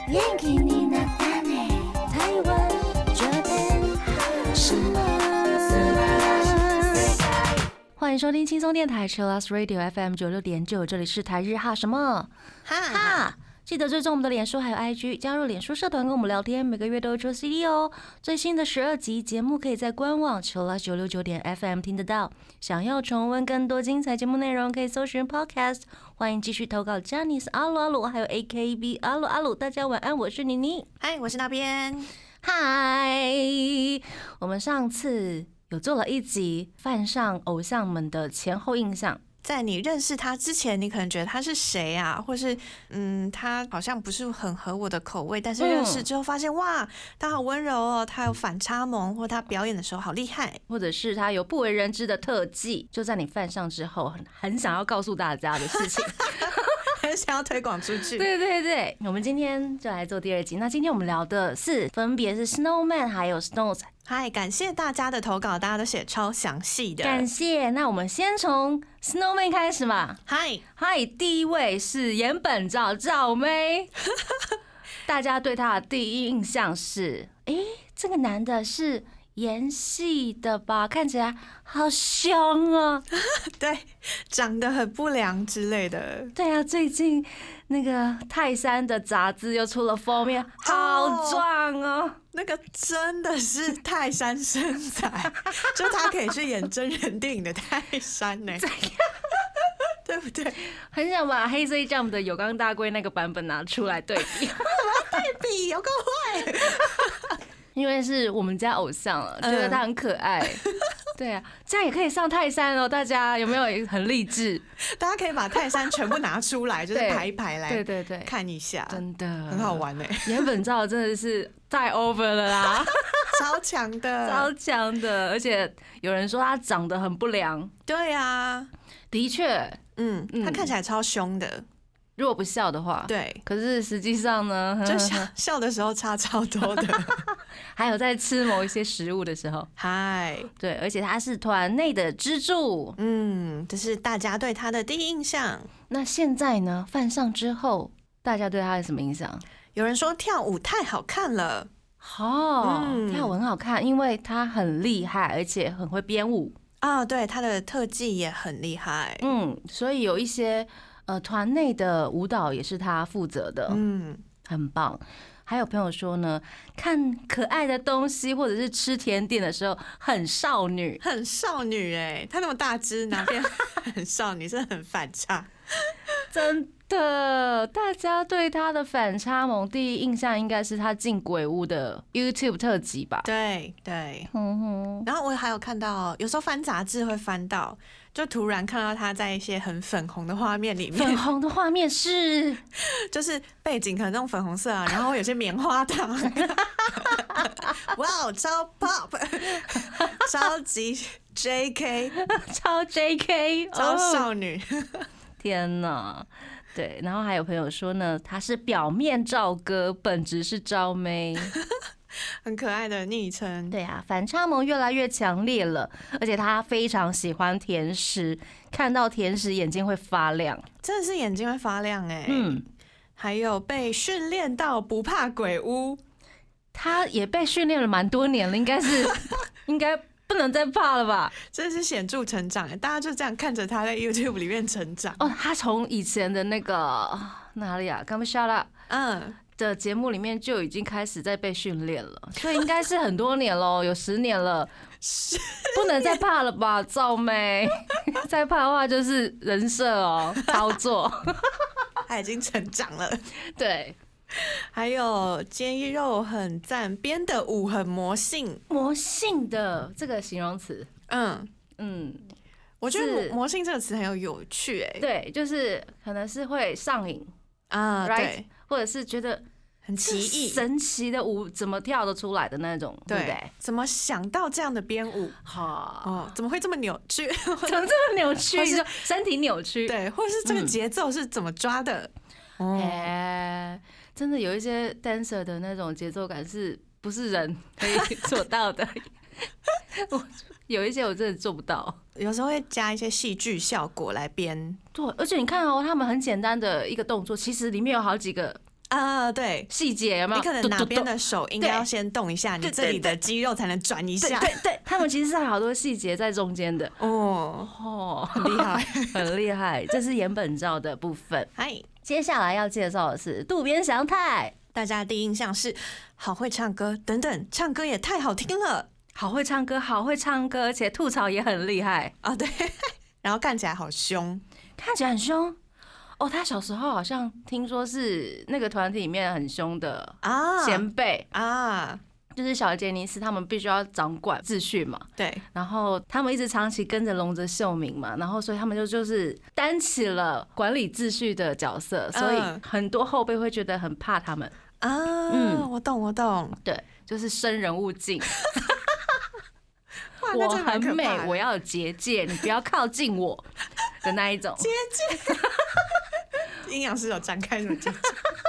元気になったね台湾这边什么？欢迎收听轻松电台 Chillus Radio FM 96.9，这里是台日哈什么哈。记得追踪我们的脸书还有 IG， 加入脸书社团跟我们聊天，每个月都有抽 CD 哦。最新的12集节目可以在官网 Chillus 969 FM 听得到。想要重温更多精彩节目内容，可以搜寻 Podcast。欢迎继续投稿 Janice 阿鲁阿鲁，还有 AKB 阿鲁阿鲁。大家晚安，我是妮妮。 嗨，我是那边。 嗨，我们上次有做了一集犯上偶像们的前后印象。 在你认识他之前，你可能觉得他是谁啊，或是他好像不是很合我的口味，但是认识之后发现，哇，他好温柔哦，他有反差萌，或他表演的时候好厉害， 或者是他有不为人知的特技，就在你犯上之后，很想要告诉大家的事情。 很想要推广出去。 对对对，我们今天就来做第2集。那今天我们聊的是分别是 Snowman 还有 Snows。 嗨，感谢大家的投稿，大家都写超详细的， 感谢。那我们先从 Snowman 开始嘛。 嗨， 第一位是岩本照照妹。大家对他的第一印象是，这个男的是演戏的吧？看起来好凶哦。 对，长得很不良之类的。 对啊，最近那个泰山的杂志又出了封面，好壮哦。 那个真的是泰山身材，就他可以去演真人电影的泰山呢。对不对？ 很想把黑 C Jump 的有冈大贵那个版本拿出来对比。 对比有够坏。 因为是我们家偶像了，觉得他很可爱。对啊，这样也可以上泰山哦。大家有没有很励志？ 大家可以把泰山全部拿出来，就是排一排来，对看一下， 真的很好玩哎。 岩本照真的是太 over 了啦， 超强的， 超强的，而且有人说他长得很不良。 对啊， 的确， 他看起来超凶的。 如果不笑的话， 对， 可是实际上呢， 就笑的时候差超多的。 还有在吃某一些食物的时候， 嗨， 对，而且他是团内的支柱， 这是大家对他的第一印象。 那现在呢，犯上之后，大家对他有什么印象？ 有人说跳舞太好看了， 跳舞很好看，因为他很厉害，而且很会编舞啊，对，他的特技也很厉害， 所以有一些团内的舞蹈也是他负责的，很棒。还有朋友说呢，看可爱的东西或者是吃甜点的时候很少女， 很少女她那么大只，哪边很少女，真的很反差。 真的，大家对他的反差萌第一印象应该是他进鬼屋的 YouTube 特辑吧？ 对对，然后我还有看到，有时候翻杂志会翻到，就突然看到他在一些很粉红的画面里面。 粉红的画面是， 就是背景可能那种粉红色啊，然后有些棉花糖。哇，超 pop， 超级 JK， 超 JK， 超少女。 天哪！对，然后还有朋友说呢，他是表面照哥，本质是招妹， 很可爱的昵称。 对啊，反差萌越来越强烈了，而且他非常喜欢甜食，看到甜食眼睛会发亮， 真的是眼睛会发亮还有被训练到不怕鬼屋， 他也被训练了蛮多年了，应该不能再怕了吧？ 真是显著成长大家就这样看着他在 YouTube 里面成长。 他从以前的那个哪里啊 ，Come Shut Up， 的节目里面就已经开始在被训练了，所以应该是很多年咯，有10年了，不能再怕了吧？赵妹，再怕的话就是人设操作， 他已经成长了。 对。 还有坚毅肉很赞，编的舞很魔性， 魔性的这个形容词， 我觉得魔性这个词很有趣对，就是可能是会上瘾啊，对， 或者是觉得很奇异、 神奇的舞怎么跳得出来的那种，对不对？ 怎么想到这样的编舞？怎么会这么扭曲？ 怎么这么扭曲？身体扭曲？ 对，或者是这个节奏是怎么抓的？ 真的有一些 dancer 的那种节奏感是不是人可以做到的？有一些我真的做不到， 有时候会加一些戏剧效果来编。 对，而且你看哦，他们很简单的一个动作，其实里面有好几个啊，对， 细节有没有？ 你可能哪边的手应该要先动一下，你这里的肌肉才能转一下。 对，他们其实是好多细节在中间的。 很厉害， 很厉害。这是岩本照的部分。 嗨， 接下来要介绍的是渡边翔太。 大家第一印象是好会唱歌，等等，唱歌也太好听了， 好会唱歌，而且吐槽也很厉害啊。对，然后看起来好凶， 看起来很凶。哦，他小时候好像听说是那个团体里面很凶的前辈啊，就是小杰尼斯他们必须要掌管秩序嘛， 对， 然后他们一直长期跟着龙泽秀明嘛，然后所以他们就是担起了管理秩序的角色，所以很多后辈会觉得很怕他们啊。我懂， 对，就是生人勿近。我很美，我要有结界，你不要靠近我的那一种结界。阴阳师有展开什么结界？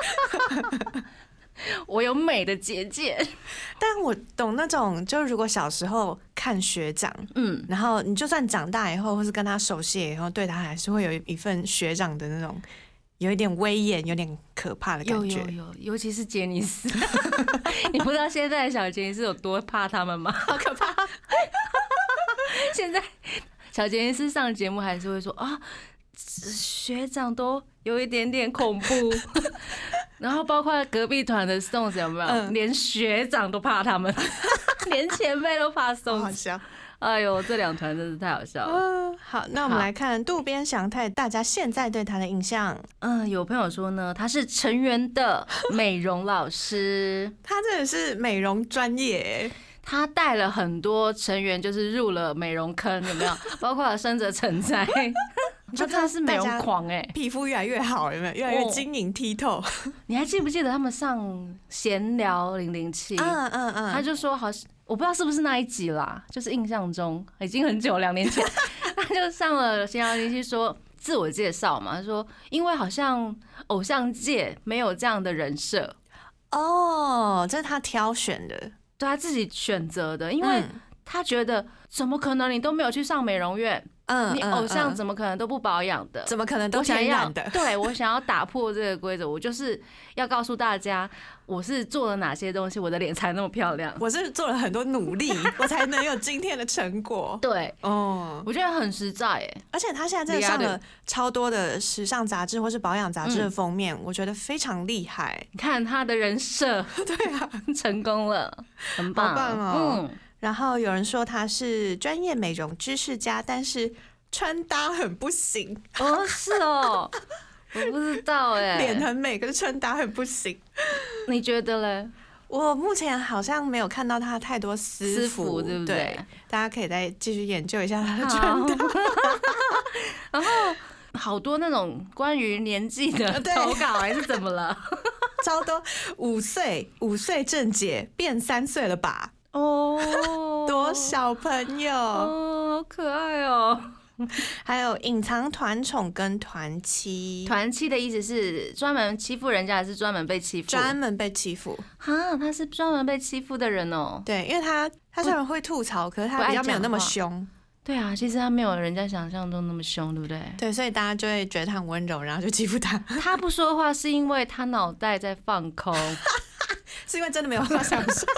我有美的结界。 但我懂那种，就如果小时候看学长，然后你就算长大以后，或是跟他熟悉以后，对他还是会有一份学长的那种，有一点威严，有点可怕的感觉。 有，尤其是杰尼斯，你不知道现在的小杰尼斯有多怕他们吗？ 好可怕！ 现在小杰尼斯上节目还是会说啊，学长都有一点点恐怖。然后包括隔壁团的 Stones 有没有？连学长都怕他们，连前辈都怕 Stones。 好笑！ 哎呦，这两团真是太好笑了。 好，那我们来看渡边翔太，大家现在对他的印象。 有朋友说呢，他是成员的美容老师， 他真的是美容专业。 他带了很多成员，就是入了美容坑，有没有？包括深泽成哉。他真的是美容狂皮肤越来越好，有没有？越来越晶莹剔透。 你还记不记得他们上闲聊007？他就说好像我不知道是不是那一集啦，就是印象中已经很久，2年前，他就上了闲聊007说自我介绍嘛，他说因为好像偶像界没有这样的人设。 这是他挑选的， 对他自己选择的，因为他觉得怎么可能你都没有去上美容院？你偶像怎么可能都不保养的？ 怎么可能都天然的？ 对，我想要打破这个规则，我就是要告诉大家，我是做了哪些东西，我的脸才那么漂亮。 我是做了很多努力，我才能有今天的成果。 对，我觉得很实在而且他现在真的上了超多的时尚杂志或是保养杂志的封面，我觉得非常厉害。 你看他的人设， 对啊， 成功了，很棒， 好棒哦。然后有人说他是专业美容知识家，但是穿搭很不行。 是哦，我不知道脸很美，可是穿搭很不行。 你觉得嘞？ 我目前好像没有看到他太多私服， 对不对？ 大家可以再继续研究一下他的穿搭。 然后好多那种关于年纪的投稿，还是怎么了？ 超多5岁正姐变3岁了吧？多小朋友好可爱哦！ 还有隐藏团宠跟团妻。 团妻的意思是专门欺负人家，还是专门被欺负？ 专门被欺负哈，他是专门被欺负的人哦。 对，因为他虽然会吐槽，可是他比较没有那么凶。 对啊，其实他没有人家想象中那么凶，对不对？ 对，所以大家就会觉得他很温柔，然后就欺负他。 他不说话是因为他脑袋在放空， 是因为真的没有话想说。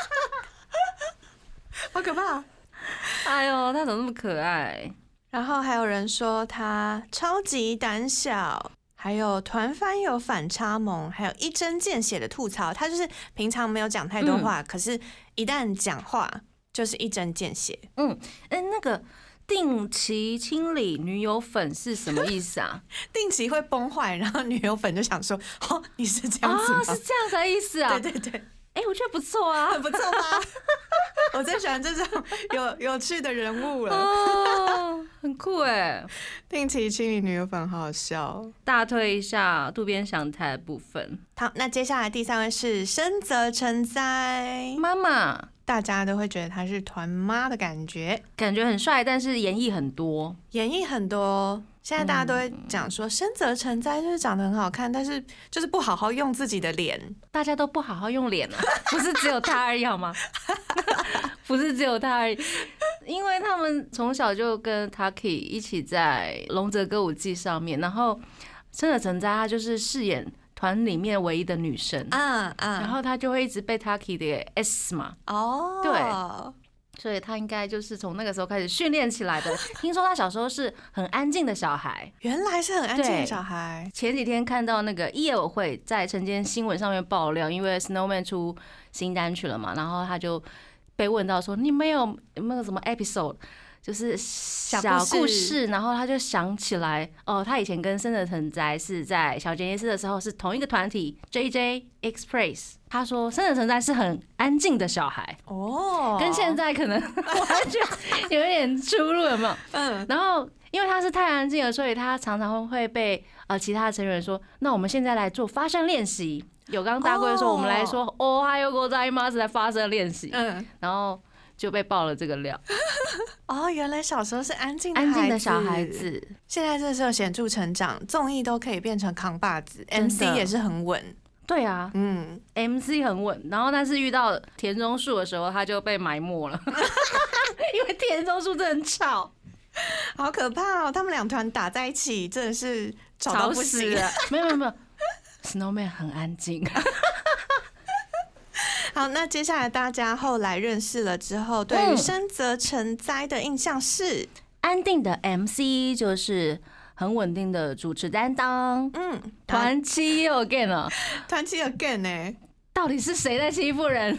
好可怕！ 哎呦，他怎么那么可爱？ 然后还有人说他超级胆小，还有团番有反差萌，还有一针见血的吐槽。他就是平常没有讲太多话，可是一旦讲话就是一针见血。 那个定期清理女友粉是什么意思啊？ 定期会崩坏，然后女友粉就想说：“你是这样子吗？” 是这样的意思啊？ 对对对。 我觉得不错啊， 很不错吧？我最喜欢这种有趣的人物了， 很酷定期清理女友粉，好好笑。 大推一下渡边翔太的部分。 好，那接下来第3位是深泽成哉妈妈， 大家都会觉得他是团妈的感觉很帅，但是演绎很多。 现在大家都会讲说深泽成哉就是长得很好看，但是就是不好好用自己的脸。 大家都不好好用脸啊，不是只有他而已好吗？不是只有他而已，因为他们从小就跟 Taki 一起在龙泽歌舞伎上面，然后深泽成哉他就是饰演团里面唯一的女生然后她就会一直被 Taki 的 S 嘛，对。所以他应该就是从那个时候开始训练起来的。听说他小时候是很安静的小孩， 原来是很安静的小孩。 前几天看到那个业委会在晨间新闻上面爆料，因为 Snowman 出新单曲了嘛，然后他就被问到说：“你们有没有什么 episode， 就是小故事？”然后他就想起来，他以前跟深田成哉是在小杰尼斯的时候是同一个团体 JJ Express。他说深田成哉是很安静的小孩跟现在可能完全有一点出入，有没有？然后因为他是太安静了，所以他常常会被其他的成员说：“那我们现在来做发声练习。”有刚大贵说我们来说还有ございます来发声练习，然后就被爆了这个料。 原来小时候是安静的小孩子， 现在这时候显著成长，综艺都可以变成扛把子 ，MC 也是很稳。 对啊，MC 很稳，然后但是遇到田中树的时候，他就被埋没了，因为田中树真的很吵， 好可怕哦！他们两团打在一起，真的是吵到不行。 没有，Snowman 很安静。 好，那接下来大家后来认识了之后，对于深泽成哉的印象是安定的 MC， 就是很稳定的主持担当。团欺又 again 了， 团欺 again 呢？ 到底是谁在欺负人？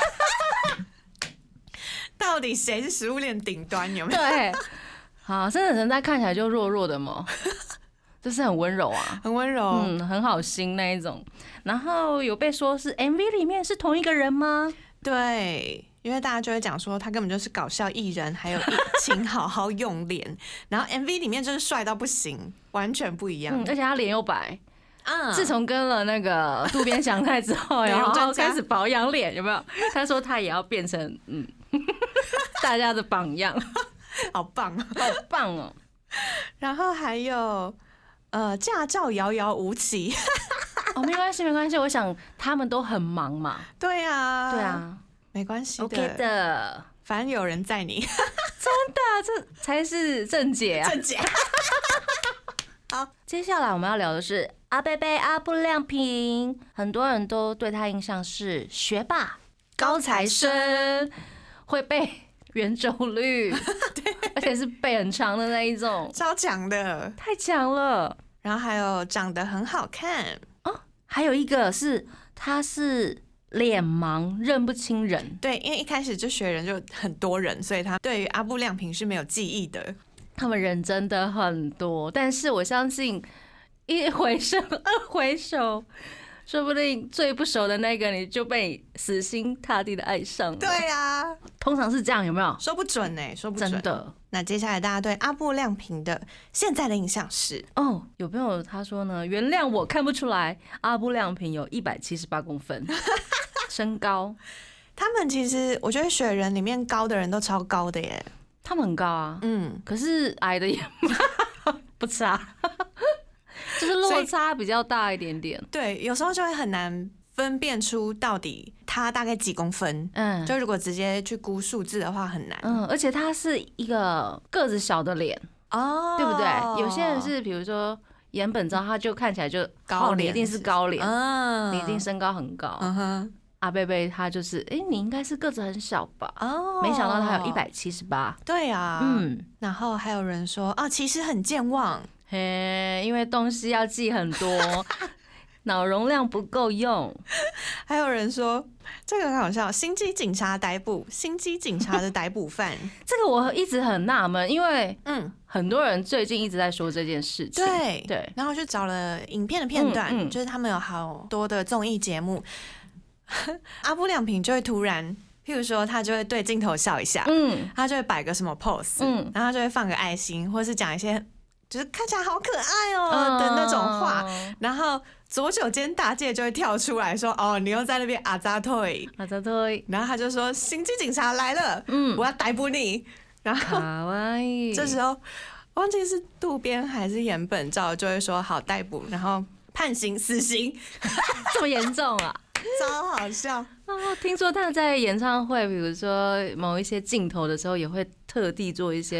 到底谁是食物链顶端？有没有？ 对，好，深泽成哉看起来就弱弱的嘛。就是很温柔啊， 很温柔， 很好心那一种。然后有被说是 MV 里面是同一个人吗？ 对，因为大家就会讲说他根本就是搞笑艺人，还有请好好用脸。然后 MV 里面就是帅到不行，完全不一样。 而且他脸又白自从跟了那个渡边翔太之后，然后开始保养脸，有没有？他说他也要变成大家的榜样， 好棒， 好棒哦。 然后还有。驾照遥遥无期。 没关系，我想他们都很忙嘛。 对啊，没关系的 ，OK 的， 反正有人载你。 真的，这才是正解啊！ 正解。 好，接下来我们要聊的是阿贝贝阿布亮平，很多人都对他印象是学霸、高材生，会背圆周率，对，而且是背很长的那一种， 超强的， 太强了。 然后还有长得很好看还有一个是他是脸盲，认不清人。 对，因为一开始就学人就很多人，所以他对于阿布亮平是没有记忆的。 他们人真的很多，但是我相信一回生二回熟。说不定最不熟的那个你就被死心塌地的爱上了。 对啊， 通常是这样，有没有？ 说不准欸，说不准。 真的。 那接下来大家对阿布亮平的现在的印象是？ 有朋友他说呢，原谅我看不出来，阿布亮平有178公分，身高。 他们其实我觉得雪人里面高的人都超高的耶。 他们很高啊，可是矮的也不差。就是落差比较大一点点， 对，有时候就会很难分辨出到底他大概几公分，就如果直接去估数字的话很难， 而且他是一个个子小的脸对不对？有些人是比如说岩本昭，他就看起来就高脸，你一定是高脸，你一定身高很高。阿贝贝他就是你应该是个子很小吧？没想到他有178。 对啊，然后还有人说其实很健忘。 因为东西要记很多，脑容量不够用。 还有人说这个很好笑，心机警察逮捕，心机警察的逮捕犯。 这个我一直很纳闷，因为很多人最近一直在说这件事情。 对，然后我就找了影片的片段，就是他们有好多的综艺节目，阿布亮平就会突然。譬如说，他就会对镜头笑一下，他就会摆个什么 pose，然后他就会放个爱心，或是讲一些就是看起来好可爱的那种话，然后左九间大介就会跳出来说：“你又在那边阿扎推， 阿扎推。” 然后他就说：“心机警察来了，我要逮捕你。”然后这时候忘记是渡边还是岩本照就会说：“好，逮捕，然后判刑，死刑。” 这么严重啊！ 超好笑听说他在演唱会，比如说某一些镜头的时候，也会特地做一些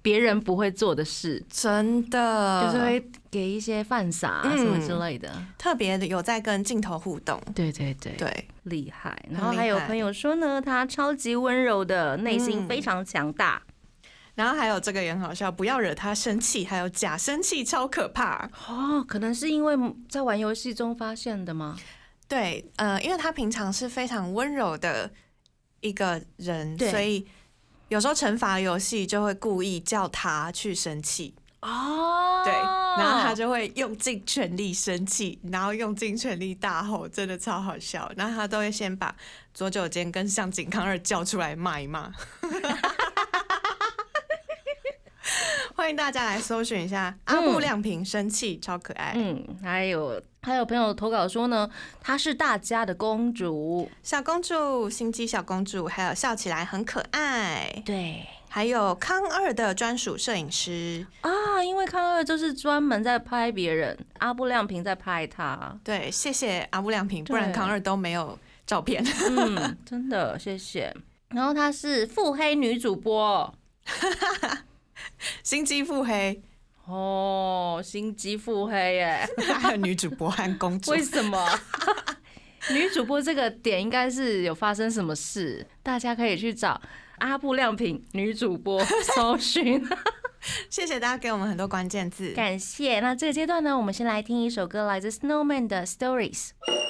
别人不会做的事， 真的就是会给一些犯傻什么之类的， 特别有在跟镜头互动。 对对对对， 厉害。然后还有朋友说呢，他超级温柔的，内心非常强大。 然后还有这个也很好笑，不要惹他生气，还有假生气超可怕哦。可能是因为在玩游戏中发现的吗？ 对，因为他平常是非常温柔的一个人，所以有时候惩罚游戏就会故意叫他去生气哦。对，然后他就会用尽全力生气，然后用尽全力大吼，真的超好笑。然后他都会先把左九间跟向井康二叫出来骂一骂。欢迎大家来搜寻一下阿布亮平生气超可爱。 还有朋友投稿说呢，她是大家的公主， 小公主、心机小公主，还有笑起来很可爱。 对， 还有康二的专属摄影师啊，因为康二就是专门在拍别人，阿布亮平在拍他。 对，谢谢阿布亮平，不然康二都没有照片。 真的谢谢。然后她是腹黑女主播。 心机腹黑哦，心机腹黑耶！ 还有女主播和公主， 为什么？女主播这个点应该是有发生什么事，大家可以去找阿布亮平女主播搜寻。 谢谢大家给我们很多关键字， 感谢。那这个阶段呢，我们先来听一首歌，来自 Snowman 的 Stories。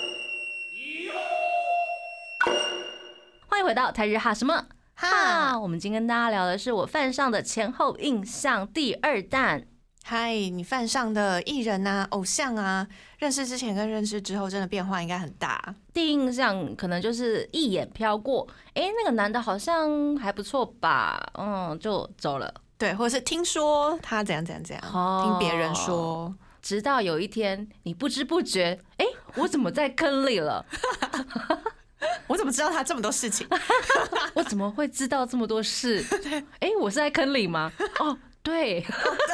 欢迎回到台日哈什么？哈，我们今天跟大家聊的是我犯上的前后印象第2弹。 嗨，你犯上的艺人啊、偶像啊，认识之前跟认识之后，真的变化应该很大。 第一印象可能就是一眼飘过，那个男的好像还不错吧，就走了。 对，或者是听说他怎样怎样怎样，听别人说。 直到有一天，你不知不觉，我怎么在坑里了？ 我怎么知道他这么多事情？ 我怎么会知道这么多事？我是在坑里吗？哦，对，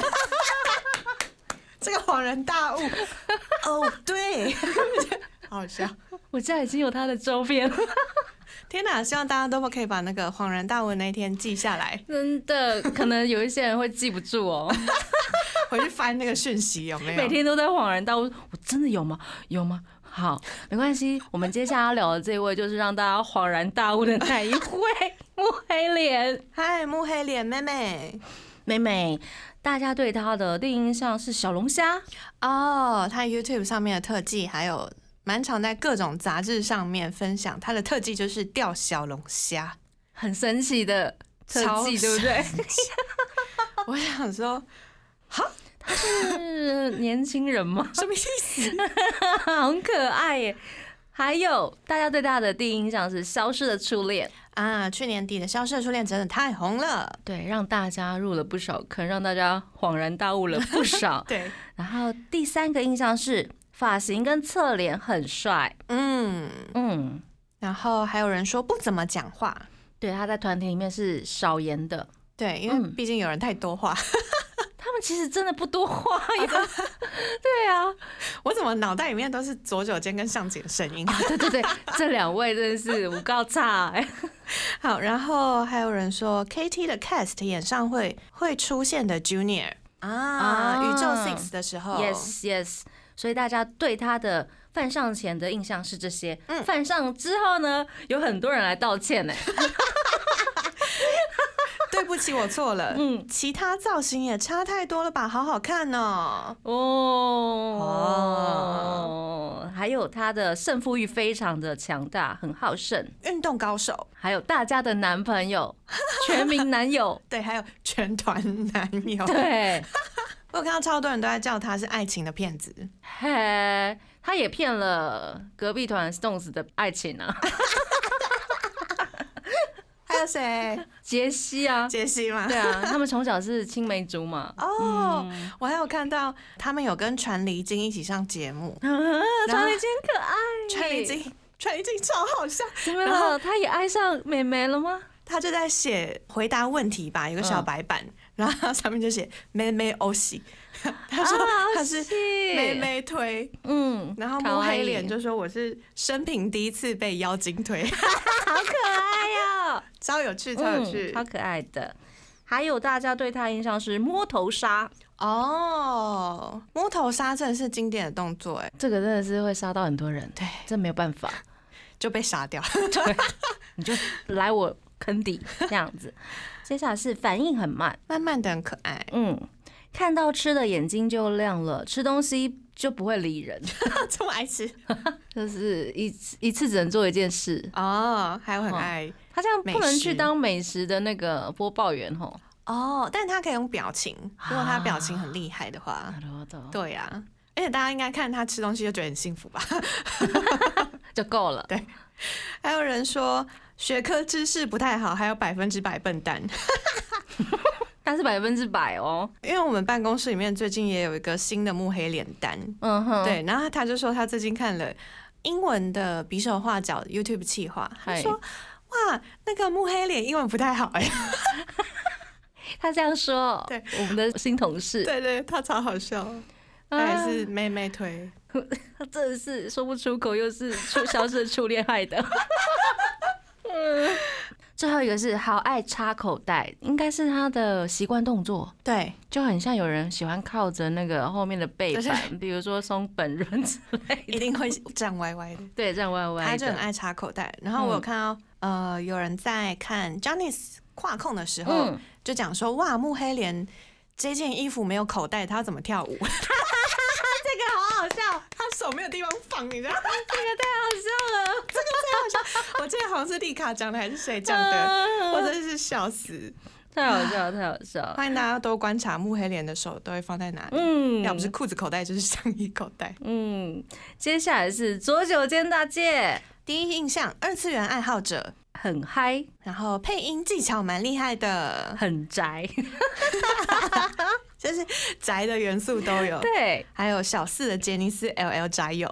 这个恍然大悟。哦，对，好笑。 我家已经有他的周边。 天哪！希望大家都可以把那个恍然大悟的那一天记下来。 真的，可能有一些人会记不住哦。 回去翻那个讯息有没有？ 每天都在恍然大悟，我真的有吗？有吗？好，没关系。我们接下来要聊的这位，就是让大家恍然大悟的那一位木黑脸。 嗨，木黑脸妹妹， 妹妹，大家对她的第一印象是小龙虾哦。她 YouTube 上面的特技，还有蛮常在各种杂志上面分享。她的特技就是钓小龙虾， 很神奇的特技，对不对？ 我想说，好。 他是年轻人吗？ 什么意思？ 很可爱耶！还有大家对他的第一印象是《消失的初恋》 啊，去年底的《消失的初恋》真的太红了， 对，让大家入了不少坑，让大家恍然大悟了不少。 对， 然后第3个印象是发型跟侧脸很帅， 然后还有人说不怎么讲话， 对，他在团体里面是少言的， 对，因为毕竟有人太多话。 他们其实真的不多话呀，对啊， 我怎么脑袋里面都是左九间跟向井的声音？ 对对对，这2位真的是我告差。 好，然后还有人说 KT 的 Cast 演唱会会出现的 Junior 啊，宇宙 Six 的时候 ，yes， 所以大家对他的犯上前的印象是这些，犯上之后呢，有很多人来道歉呢。 对不起，我错了。其他造型也差太多了吧，好好看哦。 还有他的胜负欲非常的强大，很好胜， 运动高手。 还有大家的男朋友，全民男友， 对，还有全团男友。 对， 我有看到超多人都在叫他是爱情的骗子。 嘿，他也骗了隔壁团 Stones 的爱情啊。 还有谁？ 杰西啊， 杰西嘛， 对啊，他们从小是青梅竹马。 我还有看到他们有跟传离晶一起上节目， 传离晶可爱， 传离晶超好笑。 怎么了？他也爱上妹妹了吗？ 他就在写回答问题吧，有个小白板，然后上面就写妹妹欧喜，他说他是妹妹推，然后摸黑脸就说我是生平第一次被妖精推， 好可爱呀， 超有趣，超有趣， 超可爱的。 还有大家对他的印象是摸头杀哦，摸头杀真的是经典的动作哎， 这个真的是会杀到很多人，对，这没有办法， 就被杀掉。 对，你就来我坑底这样子。接下来是反应很慢， 慢慢的很可爱， 看到吃的眼睛就亮了，吃东西就不会理人， 这么爱吃， 就是一次只能做一件事哦，还有很爱。 他这样不能去当美食的那个播报员吼。 哦，但是他可以用表情，如果他表情很厉害的话，对啊，而且大家应该看他吃东西就觉得很幸福吧， 就够了。 对，还有人说学科知识不太好，还有100%笨蛋。 他是100%哦， 因为我们办公室里面最近也有一个新的木黑脸单，对，然后他就说他最近看了英文的比手画脚 YouTube 企划，他说哇，那个木黑脸英文不太好哎， 他这样说， 对， 我们的新同事， 对，他超好笑，他还是妹妹推， 他真的是说不出口，又是消失的初恋害的。最后一个是好爱插口袋，应该是他的习惯动作， 对， 就很像有人喜欢靠着那个后面的背板，比如说松本润之类的， 一定会站歪歪的， 对，站歪歪的， 他就很爱插口袋。然后我有看到有人在看 Janice 跨控的时候，就讲说哇，木黑莲这件衣服没有口袋，他要怎么跳舞？ 这个好好笑， 他手没有地方放，你知道吗？ 这个太好笑了， 这个太好笑。我记得好像是丽卡讲的还是谁讲的，我真是笑死， 太好笑了，太好笑了。 欢迎大家多观察木黑莲的手都会放在哪里，要不是裤子口袋就是上衣口袋。 接下来是佐久间大介， 第一印象二次元爱好者， 很嗨， 然后配音技巧蛮厉害的， 很宅。 就是宅的元素都有， 对， 还有小4的杰尼斯 LL 宅友，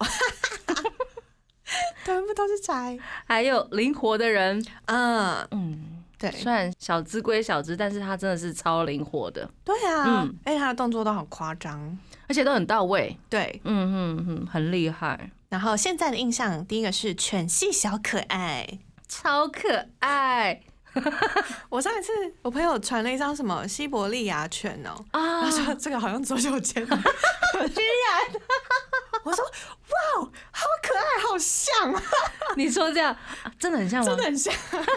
全部都是宅， 还有灵活的人， 对， 虽然小只归小只，但是他真的是超灵活的， 对啊，而且他的动作都好夸张， 而且都很到位， 对， 很厉害。 然后现在的印象，第一个是犬系小可爱， 超可爱。 我上一次我朋友传了一张什么西伯利亚犬哦，他说这个好像佐久间，居然，我说哇，好可爱，好像啊！ 你说这样真的很像吗？ 真的很像。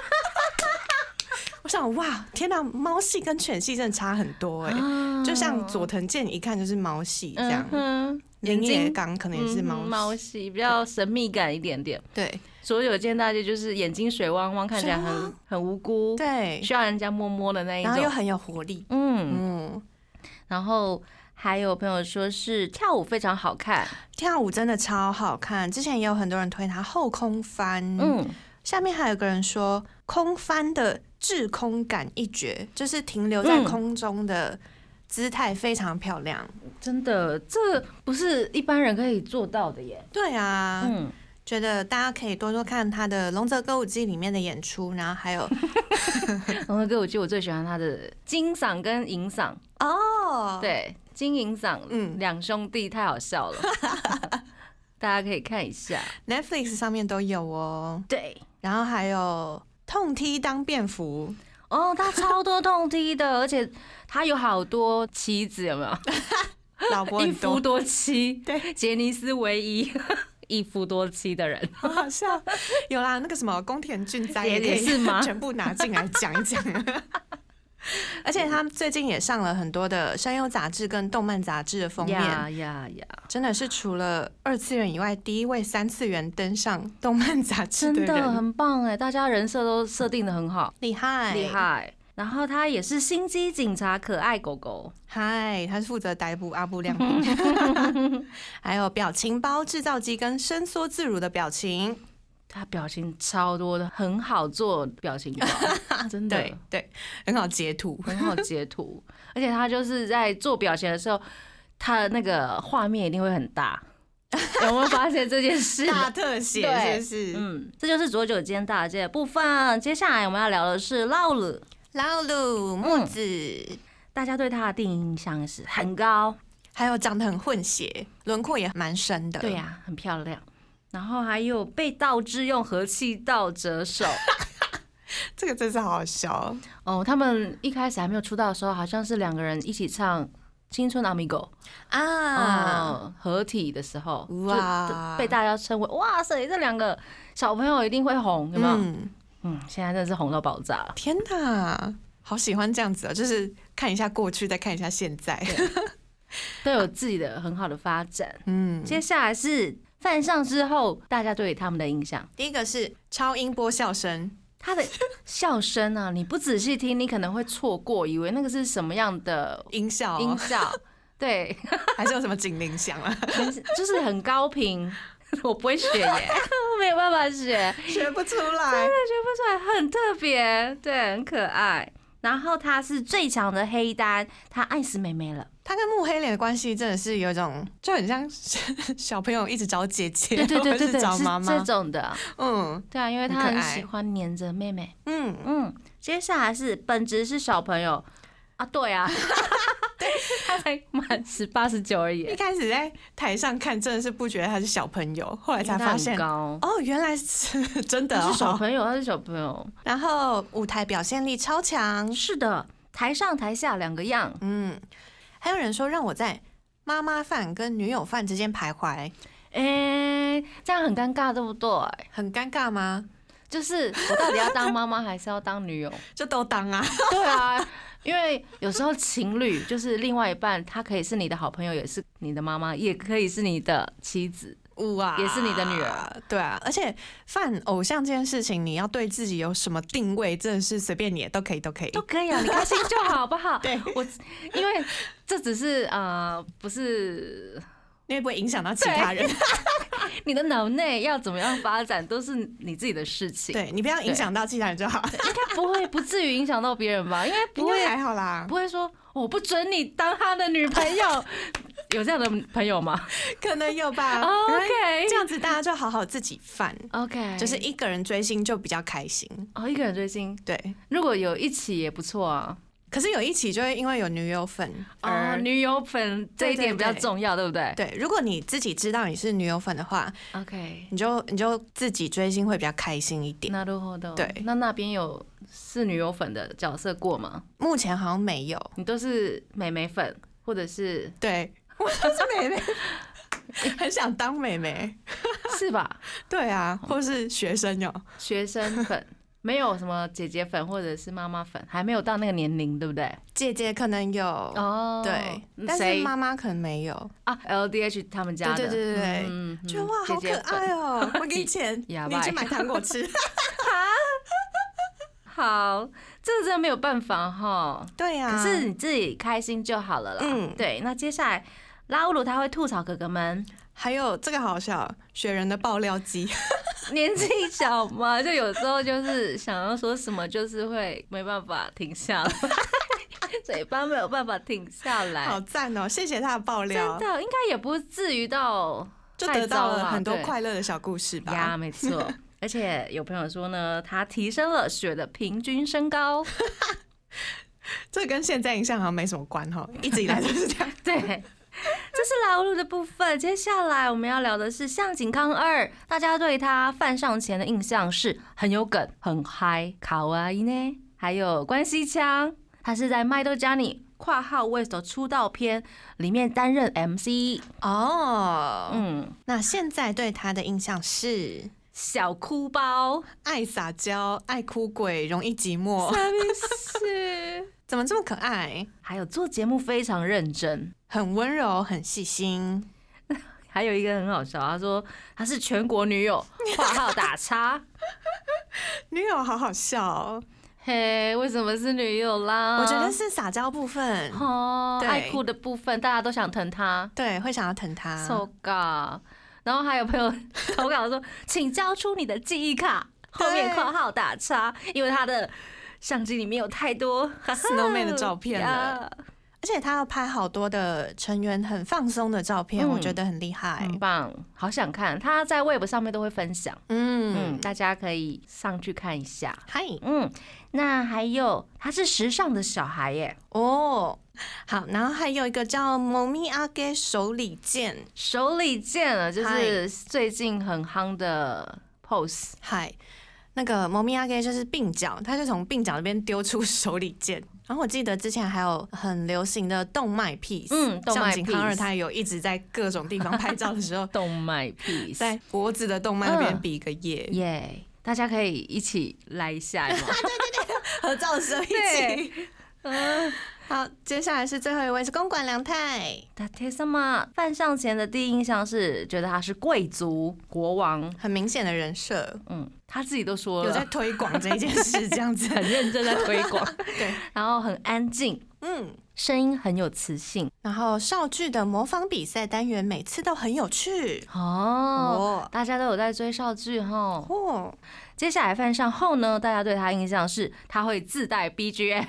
我想哇，天哪，猫系跟犬系真的差很多哎，就像佐藤健一看就是猫系这样，林野刚可能也是猫系，比较神秘感一点点。 对， 佐久间大介就是眼睛水汪汪，看起来很无辜， 对， 需要人家摸摸的那一种， 然后又很有活力， 然后还有朋友说是跳舞非常好看， 跳舞真的超好看，之前也有很多人推他后空翻，下面还有个人说空翻的滞空感一绝，就是停留在空中的姿态非常漂亮， 真的，这不是一般人可以做到的耶。 对啊，觉得大家可以多多看他的《龙泽歌舞伎》里面的演出，然后还有 《龙泽歌舞伎》，我最喜欢他的金嗓跟银嗓哦，对，金银嗓，两兄弟太好笑了，大家可以看一下 ，Netflix 上面都有哦。 对， 然后还有痛踢当便服。 哦，他超多痛踢的，而且他有好多妻子，有没有？ 老婆一夫多妻， 对， 杰尼斯唯一一夫多妻的人， 好好笑。有啦，那个什么宫田俊哉也是吗？ 全部拿进来讲一讲。而且他最近也上了很多的声优杂志跟动漫杂志的封面，真的是除了2次元以外第一位3次元登上动漫杂志的人， 真的很棒哎！大家人设都设定的很好， 厉害厉害。然后他也是心机警察可爱狗狗， 嗨，他是负责逮捕阿部亮平，还有表情包制造机跟伸缩自如的表情。 他表情超多的，很好做表情包，真的对，很好截图， 很好截图。而且他就是在做表情的时候，他的那个画面一定会很大。有没有发现这件事？ 大特写是不是？ 这就是佐久间大介的部分。接下来我们要聊的是老鲁木子， 大家对他的第一印象是很高， 还有长得很混血，轮廓也蛮深的。 对呀，很漂亮。然后还有被倒置用和气道折手， 这个真是好好笑哦。他们一开始还没有出道的时候，好像是2个人一起唱《青春 Amigo》啊，合体的时候，哇，被大家称为哇塞，这2个小朋友一定会红，有没有？现在真的是红到爆炸了。 天哪，好喜欢这样子就是看一下过去，再看一下现在， 都有自己的很好的发展。接下来是犯上之后，大家对他们的印象， 第一个是超音波笑声。 他的笑声啊，你不仔细听，你可能会错过，以为那个是什么样的音效？ 对， 还是有什么警铃响啊？ 就是很高频，我不会学耶，没有办法学不出来， 真的学不出来，很特别，对，很可爱。然后他是最强的黑单，他爱死妹妹了。 他跟木黑莲的关系真的是有一种，就很像小朋友一直找姐姐， 对， 是找妈妈这种的。对啊，因为他很喜欢黏着妹妹。接下来是本质是小朋友啊，对啊，他才满18、19而已。 一开始在台上看，真的是不觉得他是小朋友，后来才发现原来是真的， 他是小朋友，他是小朋友。 然后舞台表现力超强， 是的，台上台下2个样。 还有人说让我在妈妈饭跟女友饭之间徘徊， 这样很尴尬，对不对？ 很尴尬吗？ 就是我到底要当妈妈还是要当女友？ 就都当啊。 对啊，因为有时候情侣就是另外一半，他可以是你的好朋友，也是你的妈妈，也可以是你的妻子。也是你的女儿。 对啊，而且犯偶像这件事情，你要对自己有什么定位，真的是随便你都可以啊，你开心就好，好不好？ 对， 因为这只是不是， 因为不会影响到其他人。 你的脑内要怎么样发展，都是你自己的事情。 对，你不要影响到其他人就好。 应该不至于影响到别人吧？因为不会， 还好啦， 不会说我不准你当他的女朋友。有这样的朋友吗？ 可能有吧。 OK， 这样子大家就好好自己犯。 OK， 就是一个人追星就比较开心。 一个人追星， 对。 如果有一起也不错啊。 可是有一起就会因为有女友粉女友粉这一点比较重要，对不对？ 对，如果你自己知道你是女友粉的话 ，OK， 你就自己追星会比较开心一点。 对，那边有是女友粉的角色过吗？ 目前好像没有。 你都是美眉粉，或者是？ 对，我都是美眉，很想当美眉， 是吧？ 对啊，或是学生学生粉。没有什么姐姐粉或者是妈妈粉，还没有到那个年龄，对不对？ 姐姐可能有对，但是妈妈可能没有啊。LDH 他们家的， 对，觉得哇，好可爱哦！我给你钱，你去买糖果吃。 好，这个真的没有办法哈。 对呀， 可是你自己开心就好了啦。对。那接下来拉乌鲁他会吐槽哥哥们， 还有这个好笑，雪人的爆料机。 年纪小嘛，就有时候就是想要说什么，就是会没办法停下来，嘴巴没有办法停下来。 好赞哦！谢谢他的爆料， 真的应该也不至于到就得到了很多快乐的小故事吧？ 呀，没错。而且有朋友说呢，他提升了雪的平均身高， 这跟现在印象好像没什么关哈，一直以来都是这样。 对。这是拉乌鲁的部分，接下来我们要聊的是向井康二。大家对他犯上前的印象是很有梗、很嗨、卡哇伊呢。还有关西腔，他是在《麦豆加尼（括号 West） 出道片里面担任 MC 哦。那现在对他的印象是小哭包、 爱撒娇、爱哭鬼、容易寂寞。 什么事？ 怎么这么可爱？ 还有做节目非常认真， 很温柔，很细心。 还有一个很好笑，他说他是全国女友（括号打叉）。 女友好好笑哦。 嘿，为什么是女友啦？ 我觉得是撒娇部分哦，爱哭的部分，大家都想疼他， 对，会想要疼他。 So god。然后还有朋友投稿说，请交出你的记忆卡，后面括号打叉，因为他的相机里面有太多 Snowman 的照片了，而且他要拍好多的成员很放松的照片，我觉得很厉害， 很棒，好想看。他在 Web 上面都会分享，大家可以上去看一下。 嗨， 那还有他是时尚的小孩耶， 哦，好，然后还有一个叫猫咪阿给手里剑， 手里剑啊，就是最近很夯的 pose。 嗨。 那个猫咪阿给就是鬓角，他就从鬓角那边丢出手里剑。然后我记得之前还有很流行的动脉 piece， 动脉 piece， 像景康二他有一直在各种地方拍照的时候， 动脉 piece， 在脖子的动脉那边比一个耶耶，大家可以一起来一下吗？ 对，合照的时候一起。好，接下来是最后一位是公馆良太。 大铁什么？犯上前的第一印象是觉得他是贵族国王， 很明显的人设。 他自己都说了有在推广这一件事，这样子很认真在推广。 对， 然后很安静，声音很有磁性。 然后少剧的模仿比赛单元每次都很有趣大家都有在追少剧哈。接下来犯上后呢，大家对他印象是他会自带 BGM。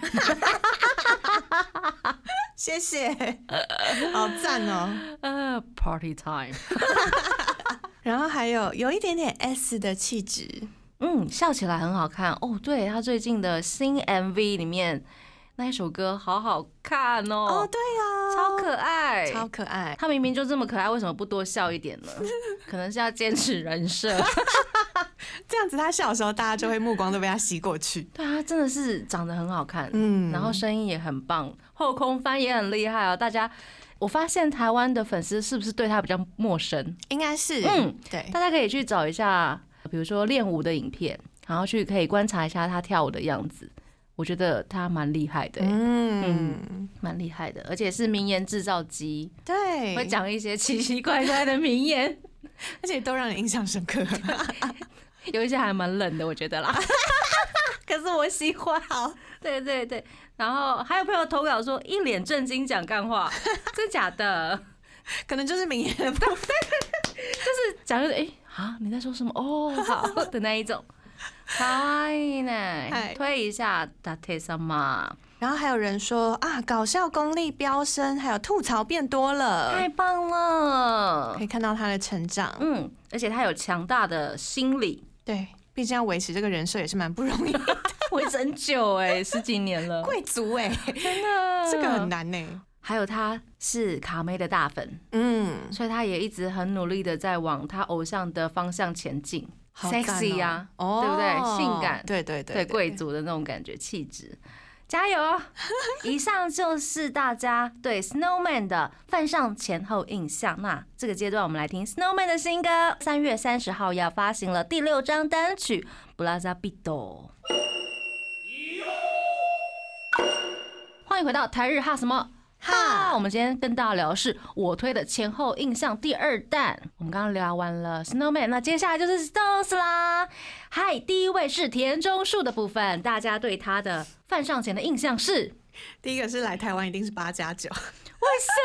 谢谢，好赞哦 ！Party time。 然后还有一点点 S 的气质， 笑起来很好看哦。对，他最近的新 MV 里面那一首歌好好看哦。 对呀， 超可爱， 超可爱。 他明明就这么可爱，为什么不多笑一点呢？可能是要坚持人设。 这样子他笑的时候，大家就会目光都被他吸过去。 对啊，真的是长得很好看，然后声音也很棒，后空翻也很厉害哦。大家，我发现台湾的粉丝是不是对他比较陌生？ 应该是，对， 大家可以去找一下，比如说练舞的影片，然后可以观察一下他跳舞的样子。我觉得他蛮厉害的，蛮厉害的，而且是名言制造机， 对， 会讲一些奇奇怪怪的名言， 而且都让人印象深刻。 有一些还蛮冷的，我觉得啦。可是我喜欢。好，对对对。然后还有朋友投稿说，一脸正经讲干话，真假的？ 可能就是名言的部分， 就是讲你在说什么？好的那一种。可愛いね，推一下大铁什么？ 然后还有人说搞笑功力飙升，还有吐槽变多了， 太棒了！ 可以看到他的成长， 而且他有强大的心理， 对，毕竟要维持这个人设也是蛮不容易的， 维持很久10几年了， 贵族真的， 这个很难还有他是卡妹的大粉，所以他也一直很努力的在往他偶像的方向前进。sexy 啊，对不对？性感，对贵族的那种感觉，气质，加油！以上就是大家对 Snowman 的犯上前后印象。那这个阶段，我们来听 Snowman 的新歌，3月30号要发行了第6张单曲《Plaza Beat》。欢迎回到台日哈什么？我们今天跟大家聊的是我推的前后印象第2弹。我们刚刚聊完了 Snowman， 那接下来就是 Stones 啦。第一位是田中树的部分，大家对他的犯上前的印象是？ 第一个是来台湾一定是8+9， 为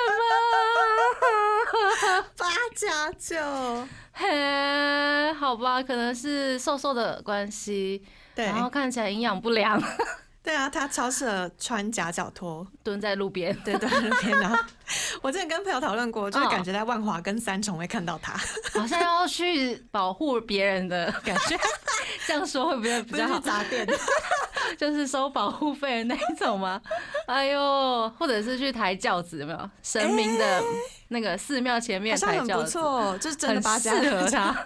什么 ？8+9， 好吧，可能是瘦瘦的关系， 对， 然后看起来营养不良。 对啊，他超适合穿夹脚拖， 蹲在路边。 对，蹲在路边。然后我之前跟朋友讨论过，就是感觉在万华跟3重会看到他， 好像要去保护别人的感觉。这样说会不会比较好？ 不是去砸店， 就是收保护费的那一种吗？哎呦，或者是去抬轿子，有没有？神明的那个寺庙前面抬轿子， 好像很不错，就是真的很适合他。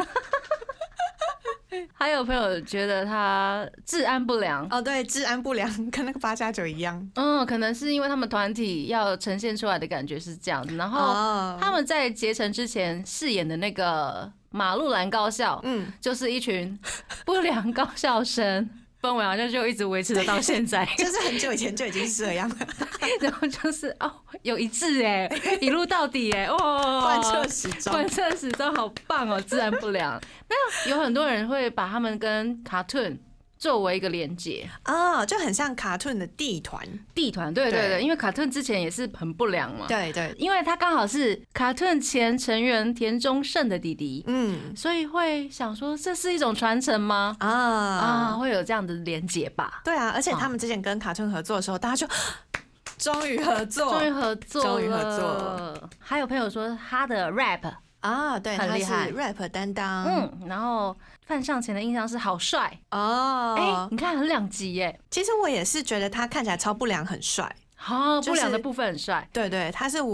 还有朋友觉得他治安不良对，治安不良跟那个8+9一样。 可能是因为他们团体要呈现出来的感觉是这样子，然后他们在结成之前饰演的那个马路兰高校，就是一群不良高校生。氛围好像就一直维持得到现在， 就是很久以前就已经是这样了。 然后就是有一致一路到底贯彻始终， 贯彻始终，好棒哦！治安不良，那有很多人会把他们跟 Cartoon 作为一个连结就很像 Cartoon 的地团， 对，因为 Cartoon 之前也是很不良嘛， 对， 因为他刚好是 Cartoon 前成员田中胜的弟弟，所以会想说这是一种传承吗？会有这样的连结吧？ 对啊，而且他们之前跟 Cartoon 合作的时候，大家就终于合作了。 还有朋友说他的 rap 对， 很厉害， 他是 rap 担当， 然后犯上前的印象是好帅你看很两极耶。 其实我也是觉得他看起来超不良，很帅。 不良的部分很帅， 对，他是我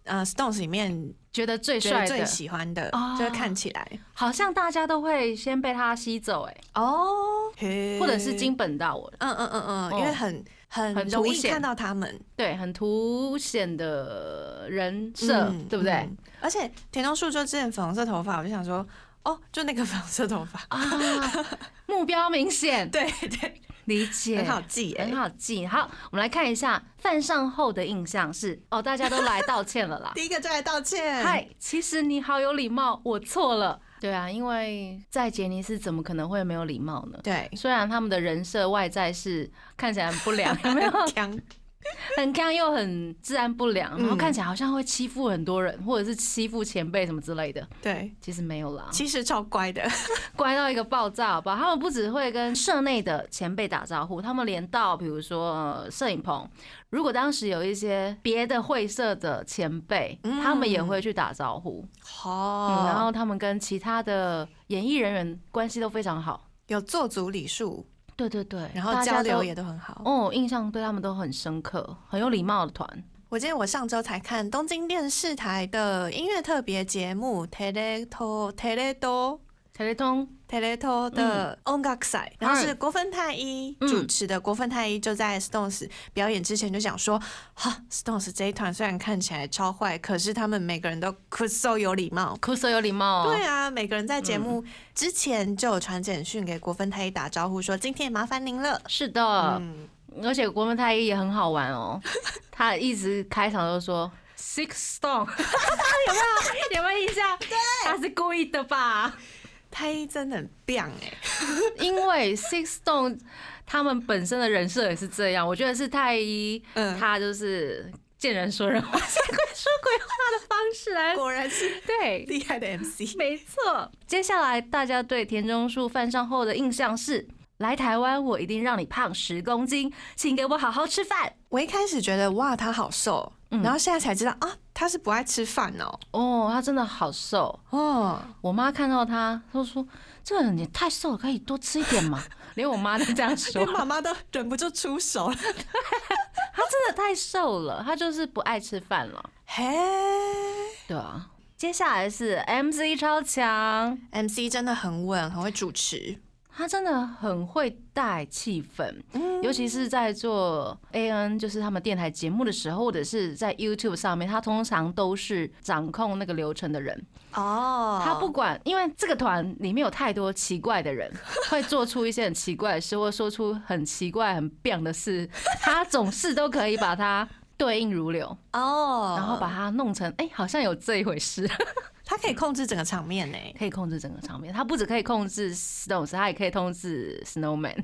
Stones 里面觉得最帅的、 最喜欢的，就是看起来好像大家都会先被他吸走，或者是金本道， 因为很容易看到他们， 对，很凸显的人设，对不对？ 而且田中树就之前粉红色头发，我就想说，就那个粉红色头发目标明显， 对对。 理解， 很好记， 很好记。好，我们来看一下犯上后的印象是，大家都来道歉了啦。 第一个就来道歉， 嗨，其实你好有礼貌，我错了。对啊，因为在杰尼斯怎么可能会没有礼貌呢？ 对， 虽然他们的人设外在是看起来很不良，有没有？很强又很治安不良，然后看起来好像会欺负很多人，或者是欺负前辈什么之类的。 对， 其实没有啦， 其实超乖的， 乖到一个爆炸，好不好？他们不只会跟社内的前辈打招呼，他们连到比如说摄影棚，如果当时有一些别的会社的前辈，他们也会去打招呼。然后他们跟其他的演艺人员关系都非常好， 有做足礼数。 对对对， 然后交流也都很好印象对他们都很深刻，很有礼貌的团。 我记得我上周才看东京电视台的音乐特别节目《Teleto 的音楽祭，然后是国分太一主持的。国分太一就在 Stones 表演之前就讲说，Stones 这一团虽然看起来超坏，可是他们每个人都酷so有礼貌，对啊，每个人在节目之前就有传简讯给国分太一打招呼，说今天也麻烦您了。 是的，而且国分太一也很好玩哦，他一直开场都说 Six Stone， 有没有印象？对，他是故意的吧？ 太一真的很棒因为 Six Stone 他们本身的人设也是这样，我觉得是太一，他就是见人说人话，见鬼说鬼话的方式来， 果然是对厉害的 MC， 没错。接下来大家对田中树犯上后的印象是，来台湾我一定让你胖10公斤，请给我好好吃饭。 我一开始觉得哇他好瘦，然后现在才知道他是不爱吃饭他真的好瘦我妈看到他都说这个人也太瘦了，可以多吃一点嘛。连我妈都这样说， 连妈妈都忍不住出手了。 他真的太瘦了，他就是不爱吃饭了。对啊。接下来是 MC 超强 ，MC 真的很稳，很会主持。 他真的很会带气氛，尤其是在做 AN 就是他们电台节目的时候，或者是在 YouTube 上面，他通常都是掌控那个流程的人。他不管，因为这个团里面有太多奇怪的人，会做出一些很奇怪的事，或说出很奇怪、很棒的事，他总是都可以把它对应如流然后把它弄成好像有这一回事。 他可以控制整个场面可以控制整个场面。他不只可以控制 Stones， 他也可以控制 Snowman。